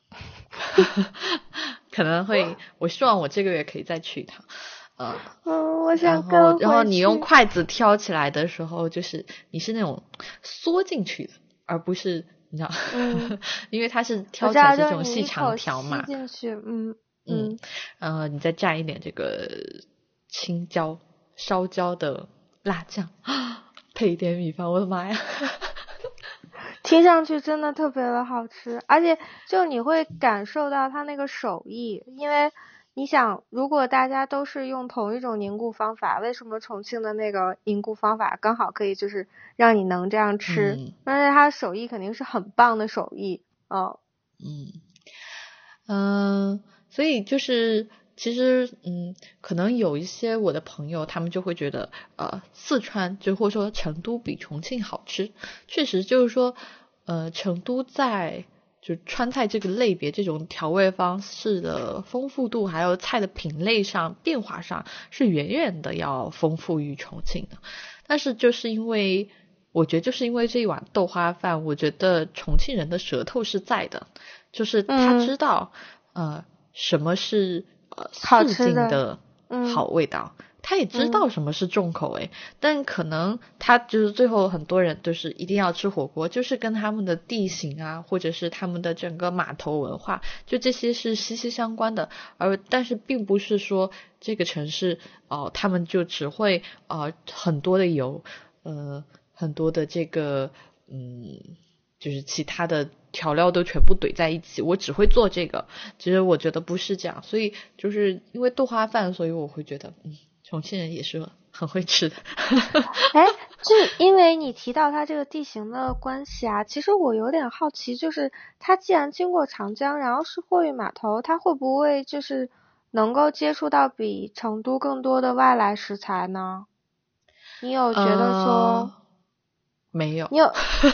可能会，我希望我这个月可以再去一趟。呃， 嗯，我想然后跟然后你用回去筷子挑起来的时候，就是你是那种缩进去的，而不是你知道， 嗯因为它是我挑起来知道，就是是这种细你一口长条嘛。 吸进去，嗯嗯， 嗯， 然后你再蘸一点这个青椒、烧焦的辣酱，配一点米饭，我的妈呀！ 听上去真的特别的好吃，而且就你会感受到它那个手艺，因为你想，如果大家都是用同一种凝固方法，为什么重庆的那个凝固方法刚好可以就是让你能这样吃？ 嗯而且它的手艺肯定是很棒的手艺，哦， 嗯嗯，所以就是其实嗯，可能有一些我的朋友，他们就会觉得呃，四川就或者说成都比重庆好吃。确实就是说，呃，成都在就川菜这个类别，这种调味方式的丰富度，还有菜的品类上变化上，是远远的要丰富于重庆的。但是就是因为我觉得就是因为这一碗豆花饭，我觉得重庆人的舌头是在的，就是他嗯， 知道呃什么是呃好素吃的， 净的嗯好味道，他也知嗯道什么是重口味，但可能他就是最后很多人就是一定要吃火锅，就是跟他们的地形啊，或者是他们的整个码头文化，就这些是息息相关的。而但是并不是说这个城市哦、呃，他们就只会呃很多的油，呃很多的这个嗯。就是其他的调料都全部怼在一起，我只会做这个。其实我觉得不是这样，所以就是因为豆花饭，所以我会觉得，嗯，重庆人也是很会吃的。 哎，就因为你提到它这个地形的关系啊，其实我有点好奇，就是它既然经过长江，然后是货运码头，它会不会就是能够接触到比成都更多的外来食材呢？你有觉得说， 呃，没有。 你有，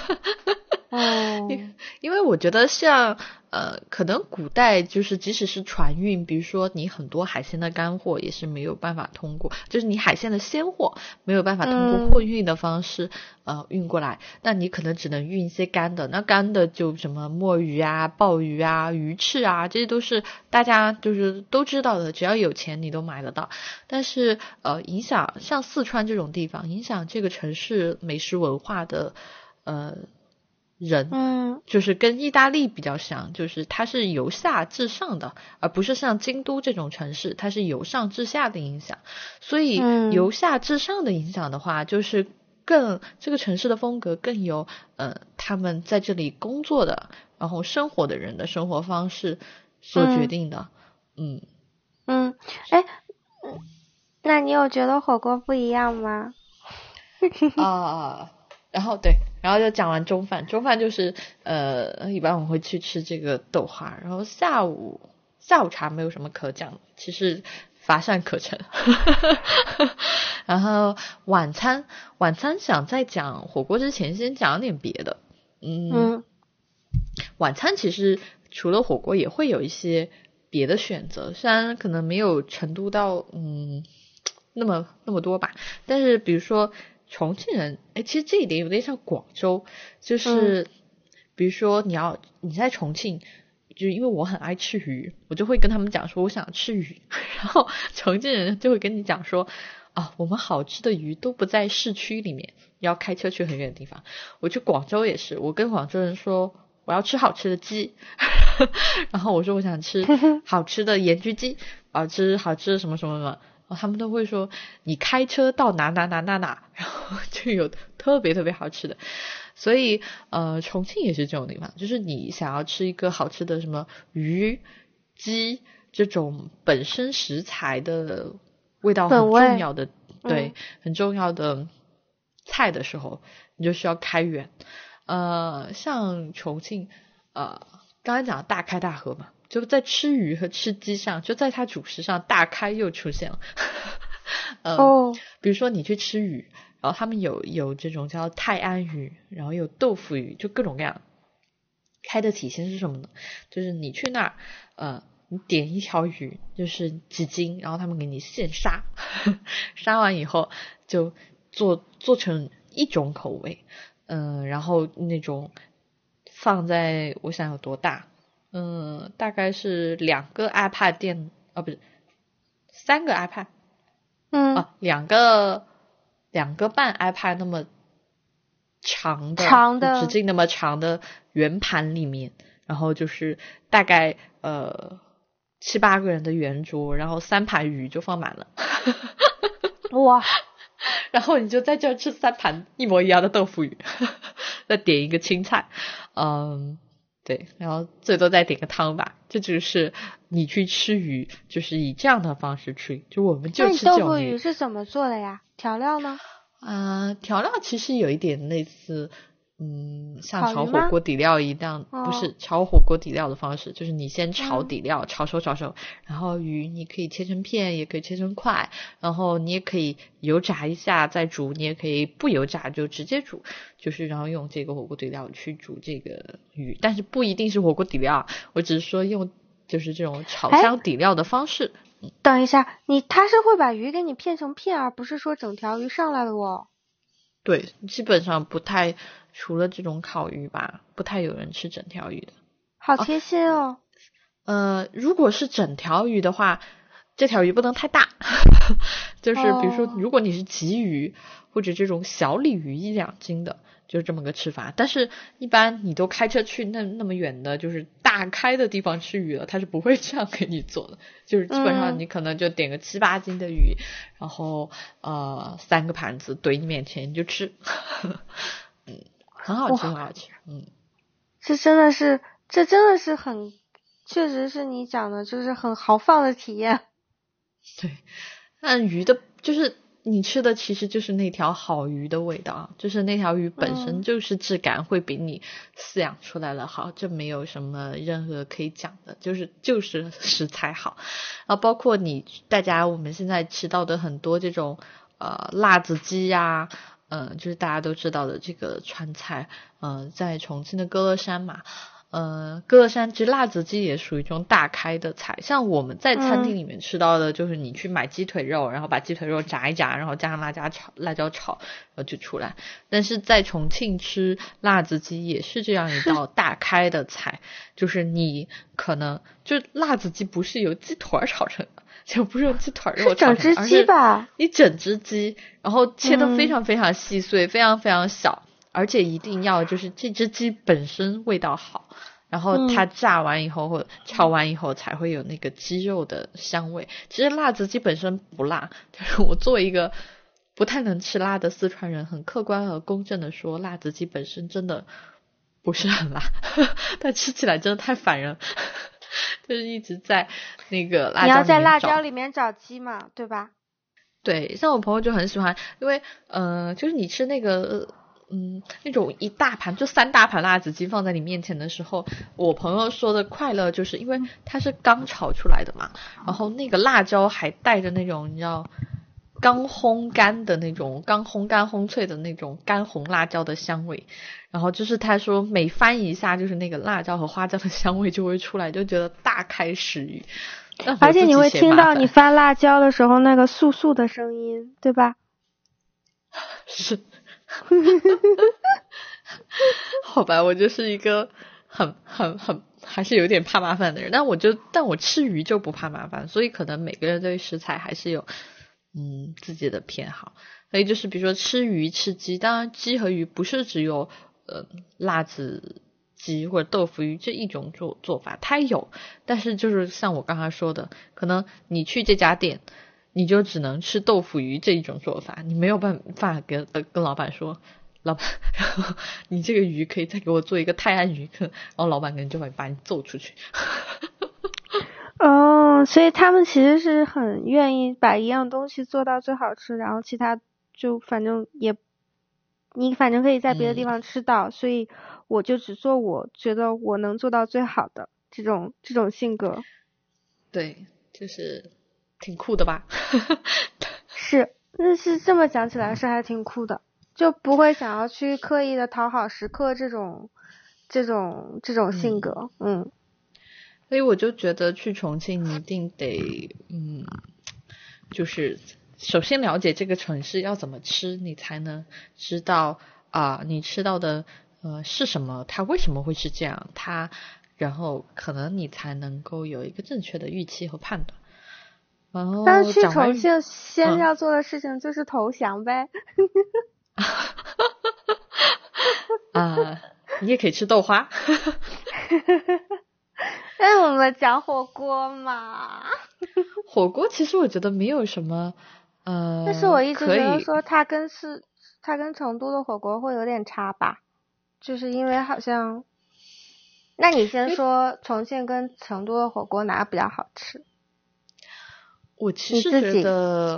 哦， 因为我觉得像呃，可能古代就是即使是船运，比如说你很多海鲜的干货也是没有办法通过，就是你海鲜的鲜货没有办法通过货嗯运的方式呃运过来，那你可能只能运一些干的，那干的就什么墨鱼啊、鲍鱼啊、鱼翅啊，这些都是大家就是都知道的，只要有钱你都买得到。但是呃，影响像四川这种地方，影响这个城市美食文化的呃。人嗯就是跟意大利比较像，就是它是由下至上的，而不是像京都这种城市，它是由上至下的影响。所以由嗯下至上的影响的话，就是更这个城市的风格更由呃他们在这里工作的，然后生活的人的生活方式所决嗯定的。嗯嗯，哎，嗯那你有觉得火锅不一样吗？ 啊。然后对，然后就讲完中饭，中饭就是呃，一般我会去吃这个豆花，然后下午下午茶没有什么可讲的，其实乏善可陈。然后晚餐晚餐想在讲火锅之前先讲点别的，嗯， 嗯晚餐其实除了火锅也会有一些别的选择，虽然可能没有成都到嗯那么那么多吧，但是比如说重庆人，哎，其实这一点有点像广州，就嗯是比如说你要你在重庆。就是因为我很爱吃鱼，我就会跟他们讲说我想吃鱼，然后重庆人就会跟你讲说啊，我们好吃的鱼都不在市区里面，要开车去很远的地方。我去广州也是，我跟广州人说我要吃好吃的鸡，然后我说我想吃好吃的盐焗鸡，好吃好吃的什么什么什么，然后他们都会说你开车到哪哪哪哪哪，然后就有特别特别好吃的。所以呃，重庆也是这种地方，就是你想要吃一个好吃的什么鱼、鸡这种本身食材的味道很本味重要的， 嗯对，很重要的菜的时候，你就需要开源。呃，像重庆，呃，刚才讲的大开大合嘛，就在吃鱼和吃鸡上，就在它主食上大开又出现了。嗯、 哦比如说你去吃鱼，然后他们有有这种叫泰安鱼，然后有豆腐鱼，就各种各样。开的体现是什么呢？就是你去那儿，呃， 你点一条鱼就是几斤，然后他们给你现杀，杀完以后就做做成一种口味，嗯、呃，然后那种放在我想有多大，嗯、呃，大概是两个 iPad 电啊，不是三个 iPad， 嗯啊，两个两个半 iPad 那么长的， 长的直径那么长的圆盘里面，然后就是大概呃七八个人的圆桌，然后三盘鱼就放满了。 哇， 然后你就在这吃三盘一模一样的豆腐鱼，再点一个青菜，嗯，对，然后最多再点个汤吧。这就是你去吃鱼，就是以这样的方式吃，就我们就那你吃这种鱼。 豆腐鱼是怎么做的呀？调料呢？ 啊、呃，调料其实有一点类似，嗯，像烤鱼吗炒火锅底料一样， 哦不是炒火锅底料的方式，就是你先炒嗯底料，炒熟炒熟，然后鱼你可以切成片，也可以切成块，然后你也可以油炸一下再煮，你也可以不油炸就直接煮，就是然后用这个火锅底料去煮这个鱼，但是不一定是火锅底料，我只是说用就是这种炒香底料的方式。 等一下，你他是会把鱼给你片成片，而不是说整条鱼上来了哦。 对，基本上不太，除了这种烤鱼吧，不太有人吃整条鱼的。 好贴心哦。 呃，如果是整条鱼的话，这条鱼不能太大，就是比如说， 哦如果你是鲫鱼或者这种小鲤鱼一两斤的，就是这么个吃法。但是一般你都开车去那那么远的，就是大开的地方吃鱼了，他是不会这样给你做的。就是基本上你可能就点个七八斤的鱼，然后呃三个盘子怼你面前你就吃，嗯，很好吃，很好吃，嗯。 这真的是，这真的是很，确实是你讲的，就是很豪放的体验。 对，但鱼的，就是你吃的其实就是那条好鱼的味道，就是那条鱼本身就是质感会比你饲养出来的好，这没有什么任何可以讲的，就是就是食材好。然后包括你大家我们现在吃到的很多这种呃辣子鸡呀、呃，就是大家都知道的这个川菜，呃，在重庆的歌乐山嘛。呃，歌乐山其实辣子鸡也属于这种大开的菜，像我们在餐厅里面吃到的，就是你去买鸡腿肉，然后把鸡腿肉炸一炸，然后加上辣椒炒，辣椒炒，然后就出来。但是在重庆吃辣子鸡也是这样一道大开的菜，就是你可能就辣子鸡不是由鸡腿炒成的，就不是用鸡腿肉炒成的， 是整只鸡吧？ 一整只鸡，然后切得非常非常细碎，嗯、非常非常小。而且一定要就是这只鸡本身味道好，然后它炸完以后、嗯、或者炒完以后才会有那个鸡肉的香味。其实辣子鸡本身不辣，就是我作为一个不太能吃辣的四川人，很客观和公正的说，辣子鸡本身真的不是很辣，但吃起来真的太烦人，就是一直在那个辣椒里面找。 你要在辣椒里面找鸡嘛，对吧？ 对，像我朋友就很喜欢，因为呃，就是你吃那个。嗯，那种一大盘就三大盘辣子鸡放在你面前的时候，我朋友说的快乐就是因为它是刚炒出来的嘛，然后那个辣椒还带着那种你知道刚烘干的那种刚烘干烘脆的那种干红辣椒的香味，然后就是他说每翻一下就是那个辣椒和花椒的香味就会出来，就觉得大开食欲。 而且你会听到你翻辣椒的时候那个簌簌的声音，对吧？ 是。好吧，我就是一个很很很还是有点怕麻烦的人，但我就但我吃鱼就不怕麻烦，所以可能每个人对食材还是有嗯自己的偏好。所以就是比如说吃鱼吃鸡，当然鸡和鱼不是只有呃辣子鸡或者豆腐鱼这一种做做法，它有，但是就是像我刚才说的，可能你去这家店你就只能吃豆腐鱼这一种做法，你没有办法跟跟老板说，老板，然后你这个鱼可以再给我做一个泰安鱼，然后老板可能就会把你揍出去。 哦，所以他们其实是很愿意把一样东西做到最好吃，然后其他就反正也，你反正可以在别的地方吃到，嗯、所以我就只做我觉得我能做到最好的这种这种性格。 对，就是挺酷的吧？ 是，那是这么讲起来是还挺酷的，就不会想要去刻意的讨好食客这种这种这种性格，嗯。嗯所以我就觉得去重庆你一定得嗯，就是首先了解这个城市要怎么吃，你才能知道啊、呃，你吃到的呃是什么，它为什么会是这样，它然后可能你才能够有一个正确的预期和判断。然后但是去讲完重庆先嗯要做的事情就是投降呗。 啊、呃，你也可以吃豆花。 但是我们讲火锅嘛。 火锅其实我觉得没有什么呃， 但是我一直觉得可以说它跟是它跟成都的火锅会有点差吧，就是因为好像，那你先说重庆跟成都的火锅哪个比较好吃？ 我其实觉得，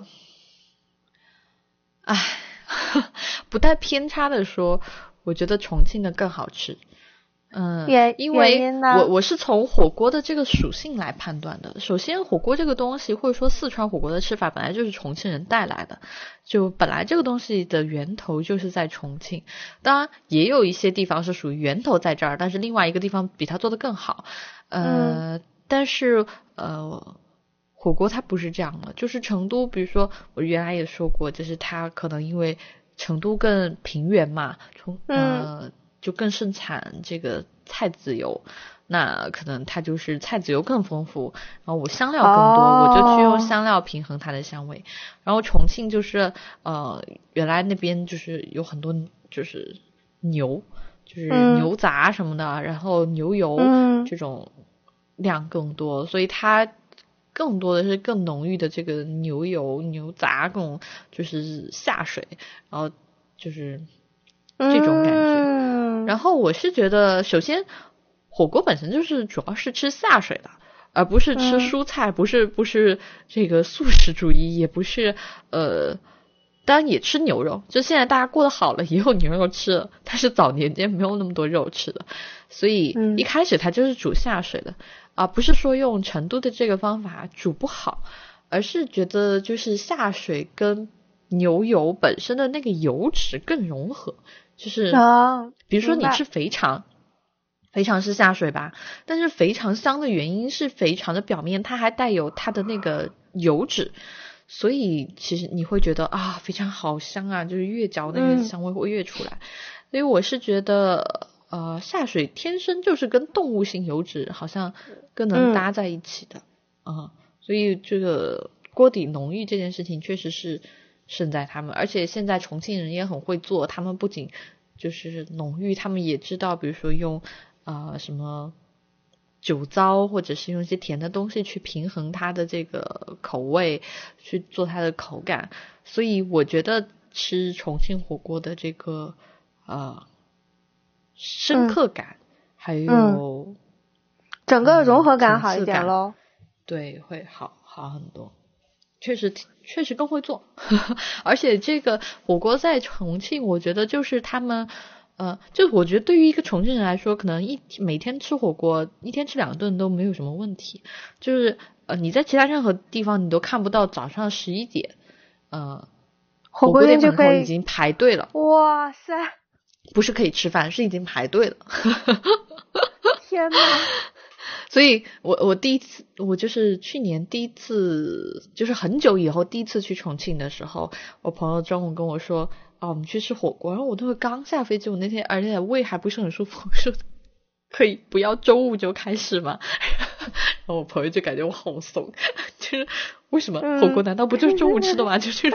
哎，不带偏差的说，我觉得重庆的更好吃。嗯，因为我我是从火锅的这个属性来判断的。首先，火锅这个东西，或者说四川火锅的吃法，本来就是重庆人带来的，就本来这个东西的源头就是在重庆。当然，也有一些地方是属于源头在这儿，但是另外一个地方比它做得更好。呃， 嗯、 但是呃，火锅它不是这样的，就是成都，比如说我原来也说过，就是它可能因为成都更平原嘛，从呃。嗯就更盛产这个菜籽油，那可能它就是菜籽油更丰富，然后我香料更多，哦、我就去用香料平衡它的香味。然后重庆就是呃，原来那边就是有很多就是牛，就是牛杂什么的，嗯、然后牛油、嗯、这种量更多，所以它更多的是更浓郁的这个牛油、牛杂这种就是下水，然后就是这种感觉。嗯然后我是觉得，首先火锅本身就是主要是吃下水的，而不是吃蔬菜，嗯、不是不是这个素食主义，也不是呃，当然也吃牛肉。就现在大家过得好了，也有牛肉吃了，但是早年间没有那么多肉吃的，所以一开始它就是煮下水的啊、呃，不是说用成都的这个方法煮不好，而是觉得就是下水跟牛油本身的那个油脂更融合。就是，比如说你吃肥肠，肥肠是下水吧，但是肥肠香的原因是肥肠的表面它还带有它的那个油脂，所以其实你会觉得啊，肥肠好香啊，就是越嚼那个香味会越出来。嗯、所以我是觉得，呃，下水天生就是跟动物性油脂好像更能搭在一起的啊、嗯呃，所以这个锅底浓郁这件事情确实是。胜在他们，而且现在重庆人也很会做，他们不仅就是浓郁，他们也知道，比如说用啊、呃、什么酒糟，或者是用一些甜的东西去平衡它的这个口味，去做它的口感。所以我觉得吃重庆火锅的这个呃深刻感，嗯、还有、嗯、 整个融合感好一点咯、嗯、 对，会好好很多。确实确实更会做而且这个火锅在重庆我觉得就是他们呃，就我觉得对于一个重庆人来说可能一每天吃火锅一天吃两顿都没有什么问题，就是呃你在其他任何地方你都看不到早上十一点呃火锅店门口已经排队了， 哇塞， 不是可以吃饭，是已经排队了天哪所以我我第一次我就是去年第一次就是很久以后第一次去重庆的时候，我朋友中午跟我说啊我们去吃火锅，然后我那会刚下飞机，我那天而且胃还不是很舒服，我说可以不要中午就开始吗？然后我朋友就感觉我好怂，就是为什么火锅难道不就是中午吃的吗？嗯、就是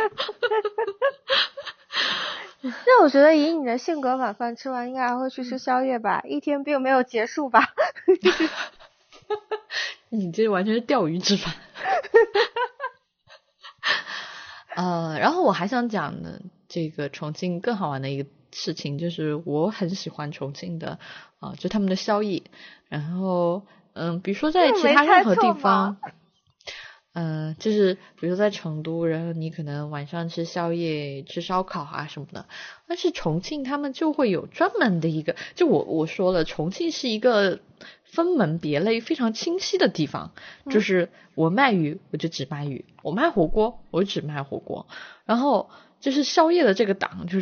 那我觉得以你的性格，晚饭吃完应该还会去吃宵夜吧，一天并没有结束吧你这完全是钓鱼执法呃，然后我还想讲的这个重庆更好玩的一个事情就是我很喜欢重庆的啊、呃，就他们的宵夜，然后嗯，比如说在其他任何地方嗯、呃，就是比如说在成都，然后你可能晚上吃宵夜吃烧烤啊什么的，但是重庆他们就会有专门的一个，就我我说了，重庆是一个分门别类非常清晰的地方，就是我卖鱼我就只卖鱼，我卖火锅我只卖火锅，然后就是宵夜的这个档就是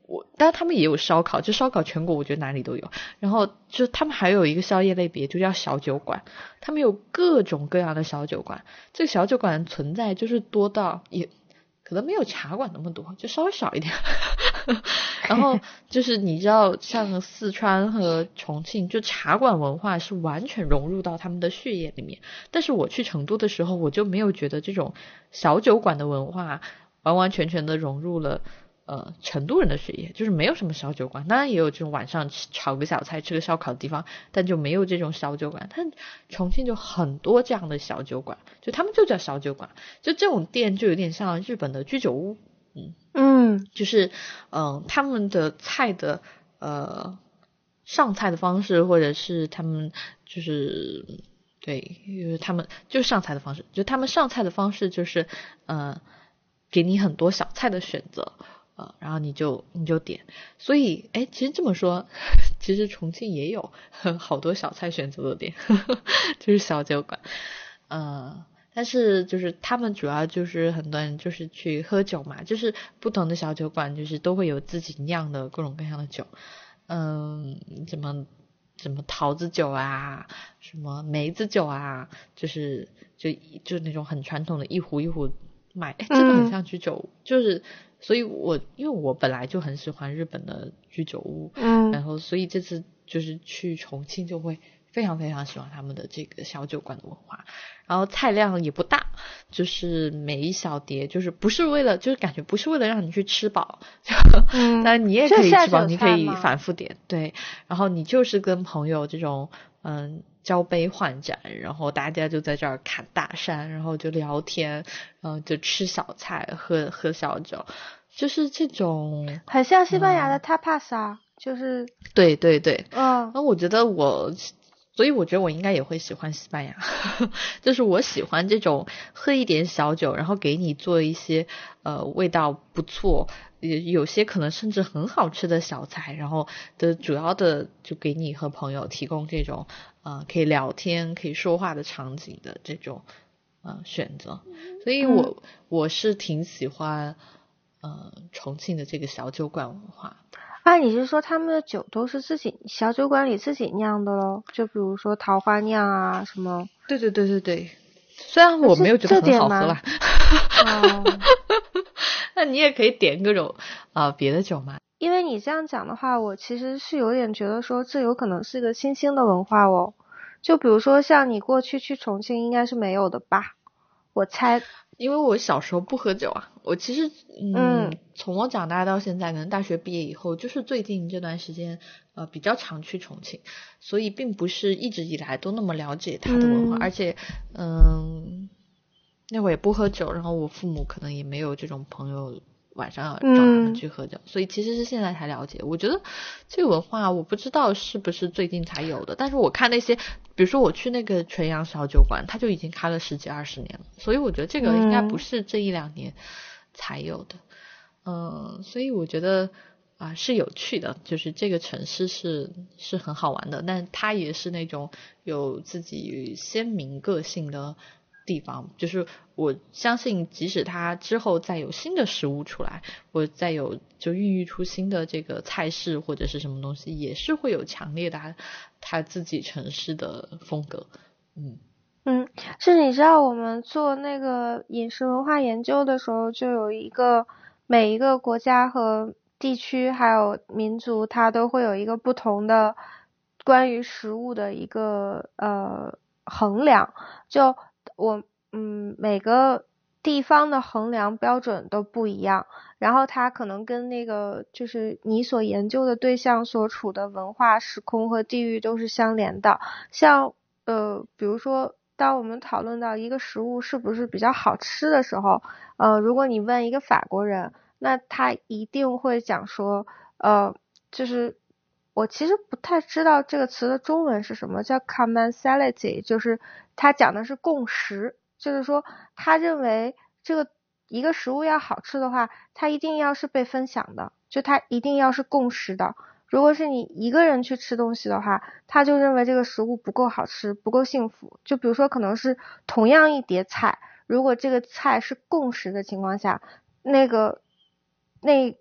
我当然他们也有烧烤，就烧烤全国我觉得哪里都有，然后就他们还有一个宵夜类别就叫小酒馆，他们有各种各样的小酒馆，这个小酒馆存在就是多到也可能没有茶馆那么多，就稍微少一点然后就是你知道像四川和重庆就茶馆文化是完全融入到他们的血液里面，但是我去成都的时候我就没有觉得这种小酒馆的文化完完全全的融入了呃，成都人的血液，就是没有什么小酒馆，当然也有这种晚上炒个小菜吃个烧烤的地方，但就没有这种小酒馆。但重庆就很多这样的小酒馆，就他们就叫小酒馆，就这种店就有点像日本的居酒屋，嗯嗯， 就是嗯、呃，他们的菜的呃上菜的方式，或者是他们就是对，因为他们就是上菜的方式，就他们上菜的方式就是呃给你很多小菜的选择。呃，然后你就你就点，所以哎，其实这么说，其实重庆也有好多小菜选择的店，就是小酒馆，呃，但是就是他们主要就是很多人就是去喝酒嘛，就是不同的小酒馆就是都会有自己酿的各种各样的酒，嗯，什么什么桃子酒啊，什么梅子酒啊，就是就就那种很传统的一壶一壶卖，哎，真的很像居酒屋，嗯、就是所以我因为我本来就很喜欢日本的居酒屋， 嗯， 然后所以这次就是去重庆就会非常非常喜欢他们的这个小酒馆的文化，然后菜量也不大，就是每一小碟就是不是为了就是感觉不是为了让你去吃饱， 嗯， 但你也可以吃饱，你可以反复点，对，然后你就是跟朋友这种嗯。交杯换盏，然后大家就在这儿侃大山，然后就聊天，然后就吃小菜，喝喝小酒，就是这种很像西班牙的 tapas 啊，嗯、就是对对对， 嗯， 那我觉得我，所以我觉得我应该也会喜欢西班牙，就是我喜欢这种喝一点小酒，然后给你做一些呃味道不错。有些可能甚至很好吃的小菜，然后的主要的就给你和朋友提供这种呃可以聊天可以说话的场景的这种呃选择，所以我、嗯、我是挺喜欢呃重庆的这个小酒馆文化。 啊，你是说他们的酒都是自己小酒馆里自己酿的咯？就比如说桃花酿啊什么？ 对对对对对，虽然我没有觉得很好喝啦。 哦那你也可以点各种啊、呃、别的酒嘛。 因为你这样讲的话，我其实是有点觉得说这有可能是一个新兴的文化哦。就比如说像你过去去重庆应该是没有的吧？我猜。 因为我小时候不喝酒啊，我其实嗯，嗯从我长大到现在，可能大学毕业以后，就是最近这段时间呃比较常去重庆，所以并不是一直以来都那么了解它的文化，嗯、而且嗯。那会儿也不喝酒，然后我父母可能也没有这种朋友晚上要找他们去喝酒、嗯、所以其实是现在才了解。我觉得这个文化我不知道是不是最近才有的，但是我看那些比如说我去那个纯阳小酒馆，它就已经开了十几二十年了，所以我觉得这个应该不是这一两年才有的。嗯，所以我觉得啊是有趣的，就是这个城市是是很好玩的，但它也是那种有自己鲜明个性的地方，就是我相信即使它之后再有新的食物出来，或再有就孕育出新的这个菜式或者是什么东西，也是会有强烈的它它自己城市的风格。嗯嗯，是你知道我们做那个饮食文化研究的时候，就有一个每一个国家和地区还有民族，它都会有一个不同的关于食物的一个呃衡量，就我嗯每个地方的衡量标准都不一样，然后它可能跟那个就是你所研究的对象所处的文化时空和地域都是相连的。像呃比如说当我们讨论到一个食物是不是比较好吃的时候，呃如果你问一个法国人，那他一定会讲说呃就是我其实不太知道这个词的中文是什么，叫 commensality， 就是他讲的是共识，就是说他认为这个一个食物要好吃的话，它一定要是被分享的，就它一定要是共识的。如果是你一个人去吃东西的话，他就认为这个食物不够好吃，不够幸福。就比如说可能是同样一碟菜，如果这个菜是共识的情况下，那个那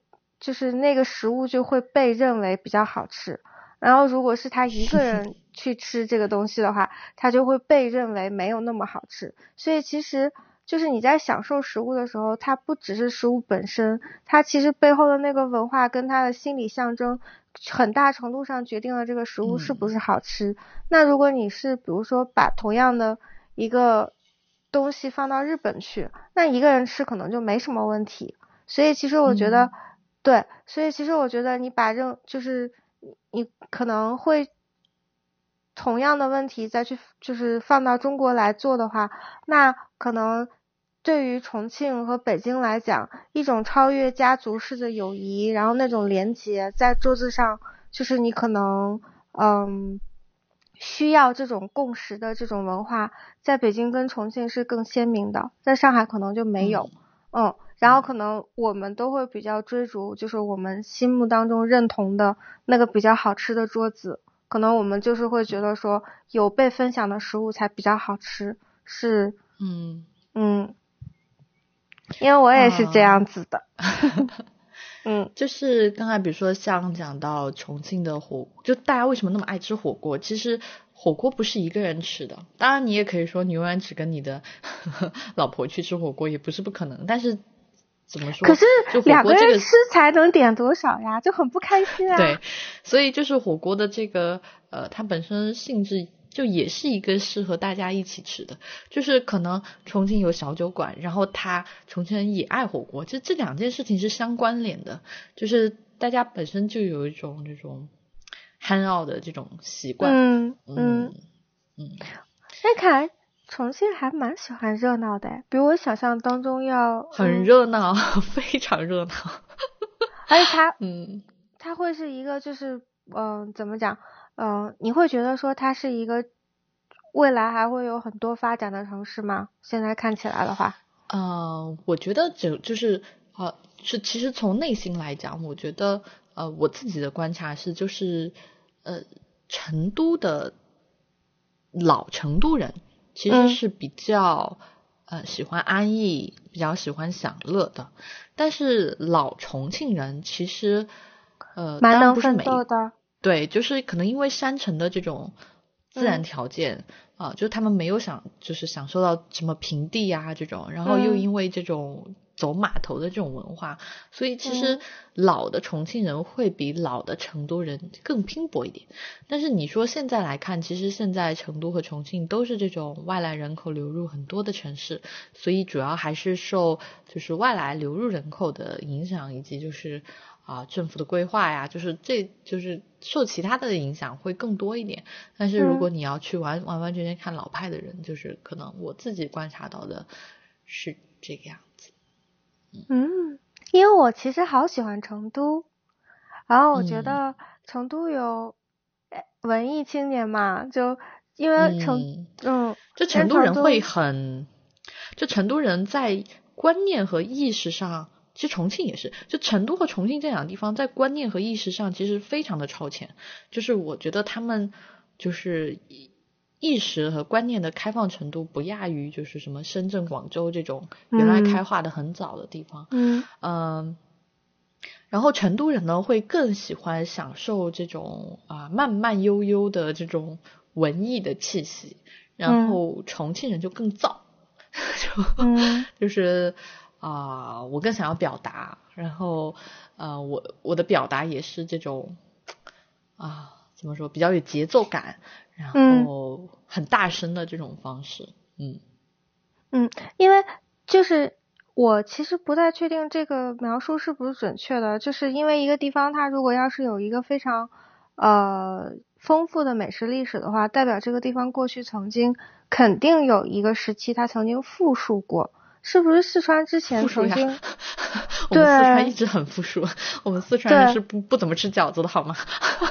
就是那个食物就会被认为比较好吃。然后如果是他一个人去吃这个东西的话，他就会被认为没有那么好吃。所以其实就是你在享受食物的时候，它不只是食物本身，它其实背后的那个文化跟它的心理象征很大程度上决定了这个食物是不是好吃。嗯、那如果你是比如说把同样的一个东西放到日本去，那一个人吃可能就没什么问题。所以其实我觉得、嗯、对，所以其实我觉得你把任就是你可能会同样的问题再去就是放到中国来做的话，那可能对于重庆和北京来讲，一种超越家族式的友谊，然后那种连结在桌子上，就是你可能嗯需要这种共识的这种文化，在北京跟重庆是更鲜明的，在上海可能就没有。嗯, 嗯然后可能我们都会比较追逐就是我们心目当中认同的那个比较好吃的桌子，可能我们就是会觉得说有被分享的食物才比较好吃，是嗯嗯，因为我也是这样子的。啊嗯，就是刚才比如说像讲到重庆的火，就大家为什么那么爱吃火锅，其实火锅不是一个人吃的，当然你也可以说你永远只跟你的老婆去吃火锅也不是不可能，但是怎么说， 可是两个人这个吃才能点多少呀，就很不开心啊。 对，所以就是火锅的这个呃它本身性质就也是一个适合大家一起吃的，就是可能重庆有小酒馆，然后他重庆人也爱火锅，就这两件事情是相关联的，就是大家本身就有一种这种 hang out 的这种习惯。 嗯嗯嗯嗯， 那看来重庆还蛮喜欢热闹的，比我想象当中要很热闹、嗯、非常热闹。 而且它嗯它会是一个就是嗯、呃、怎么讲嗯、呃、你会觉得说它是一个未来还会有很多发展的城市吗？现在看起来的话。 呃我觉得就就是呃是其实从内心来讲，我觉得呃我自己的观察是就是呃成都的老成都人其实是比较、嗯、呃喜欢安逸，比较喜欢享乐的，但是老重庆人其实呃蛮能奋斗的。 对，就是可能因为山城的这种自然条件啊、嗯呃，就他们没有想就是享受到什么平地啊这种，然后又因为这种走码头的这种文化、嗯、所以其实老的重庆人会比老的成都人更拼搏一点。但是你说现在来看，其实现在成都和重庆都是这种外来人口流入很多的城市，所以主要还是受就是外来流入人口的影响，以及就是啊政府的规划呀，就是这就是受其他的影响会更多一点。但是如果你要去完、嗯、完完全全看老派的人，就是可能我自己观察到的是这个样子。 嗯, 嗯因为我其实好喜欢成都，然后我觉得成都有文艺青年嘛，就因为成嗯, 嗯就成都人会很就成都人在观念和意识上，其实重庆也是，就成都和重庆这两个地方在观念和意识上其实非常的超前，就是我觉得他们就是意识和观念的开放程度不亚于就是什么深圳广州这种原来开化的很早的地方。 嗯嗯，然后成都人呢会更喜欢享受这种啊、呃、慢慢悠悠的这种文艺的气息，然后重庆人就更燥、嗯、就就是啊、呃、我更想要表达，然后呃我我的表达也是这种啊、呃、怎么说比较有节奏感，然后很大声的这种方式。嗯嗯，因为就是我其实不太确定这个描述是不是准确的，就是因为一个地方它如果要是有一个非常呃丰富的美食历史的话，代表这个地方过去曾经肯定有一个时期它曾经富庶过，是不是四川之前曾经我们四川一直很富庶，我们四川人是不不怎么吃饺子的好吗？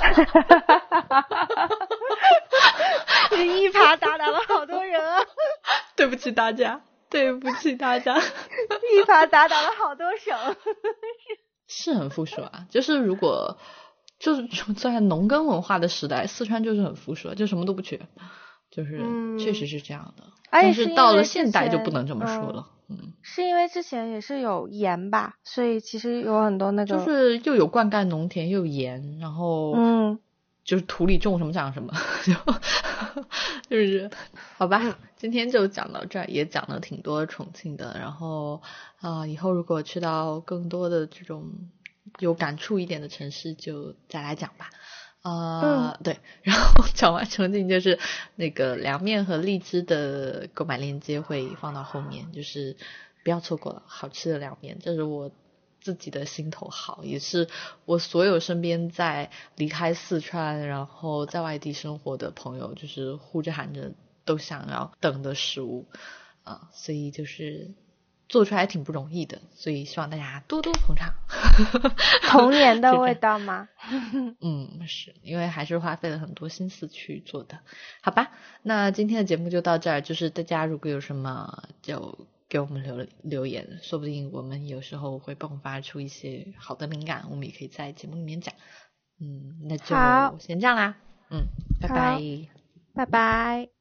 你一耙打倒了好多人啊！ 对不起大家，对不起大家， 一耙打倒了好多省。 是很富庶啊，就是如果就是在农耕文化的时代，四川就是很富庶，就什么都不缺，就是确实是这样的。 嗯、 但是到了现代就不能这么说了。 嗯， 是因为之前也是有盐吧，所以其实有很多那个就是又有灌溉农田又有盐，然后嗯， 就是土里种什么长什么，就是好吧、 嗯， 今天就讲到这儿，也讲了挺多重庆的，然后啊、呃以后如果去到更多的这种有感触一点的城市，就再来讲吧。呃、 嗯对，然后讲完重庆就是那个凉面和荔枝的购买链接会放到后面，就是不要错过了好吃的凉面，这是我自己的心头好，也是我所有身边在离开四川然后在外地生活的朋友就是呼着喊着都想要等的食物啊、所以就是做出来挺不容易的，所以希望大家多多捧场。 童年的味道吗？ 嗯，是因为还是花费了很多心思去做的，好吧？那今天的节目就到这儿，就是大家如果有什么就给我们留留言，说不定我们有时候会迸发出一些好的灵感，我们也可以在节目里面讲。嗯，那好， 就先这样啦。嗯，拜拜。 好，拜拜。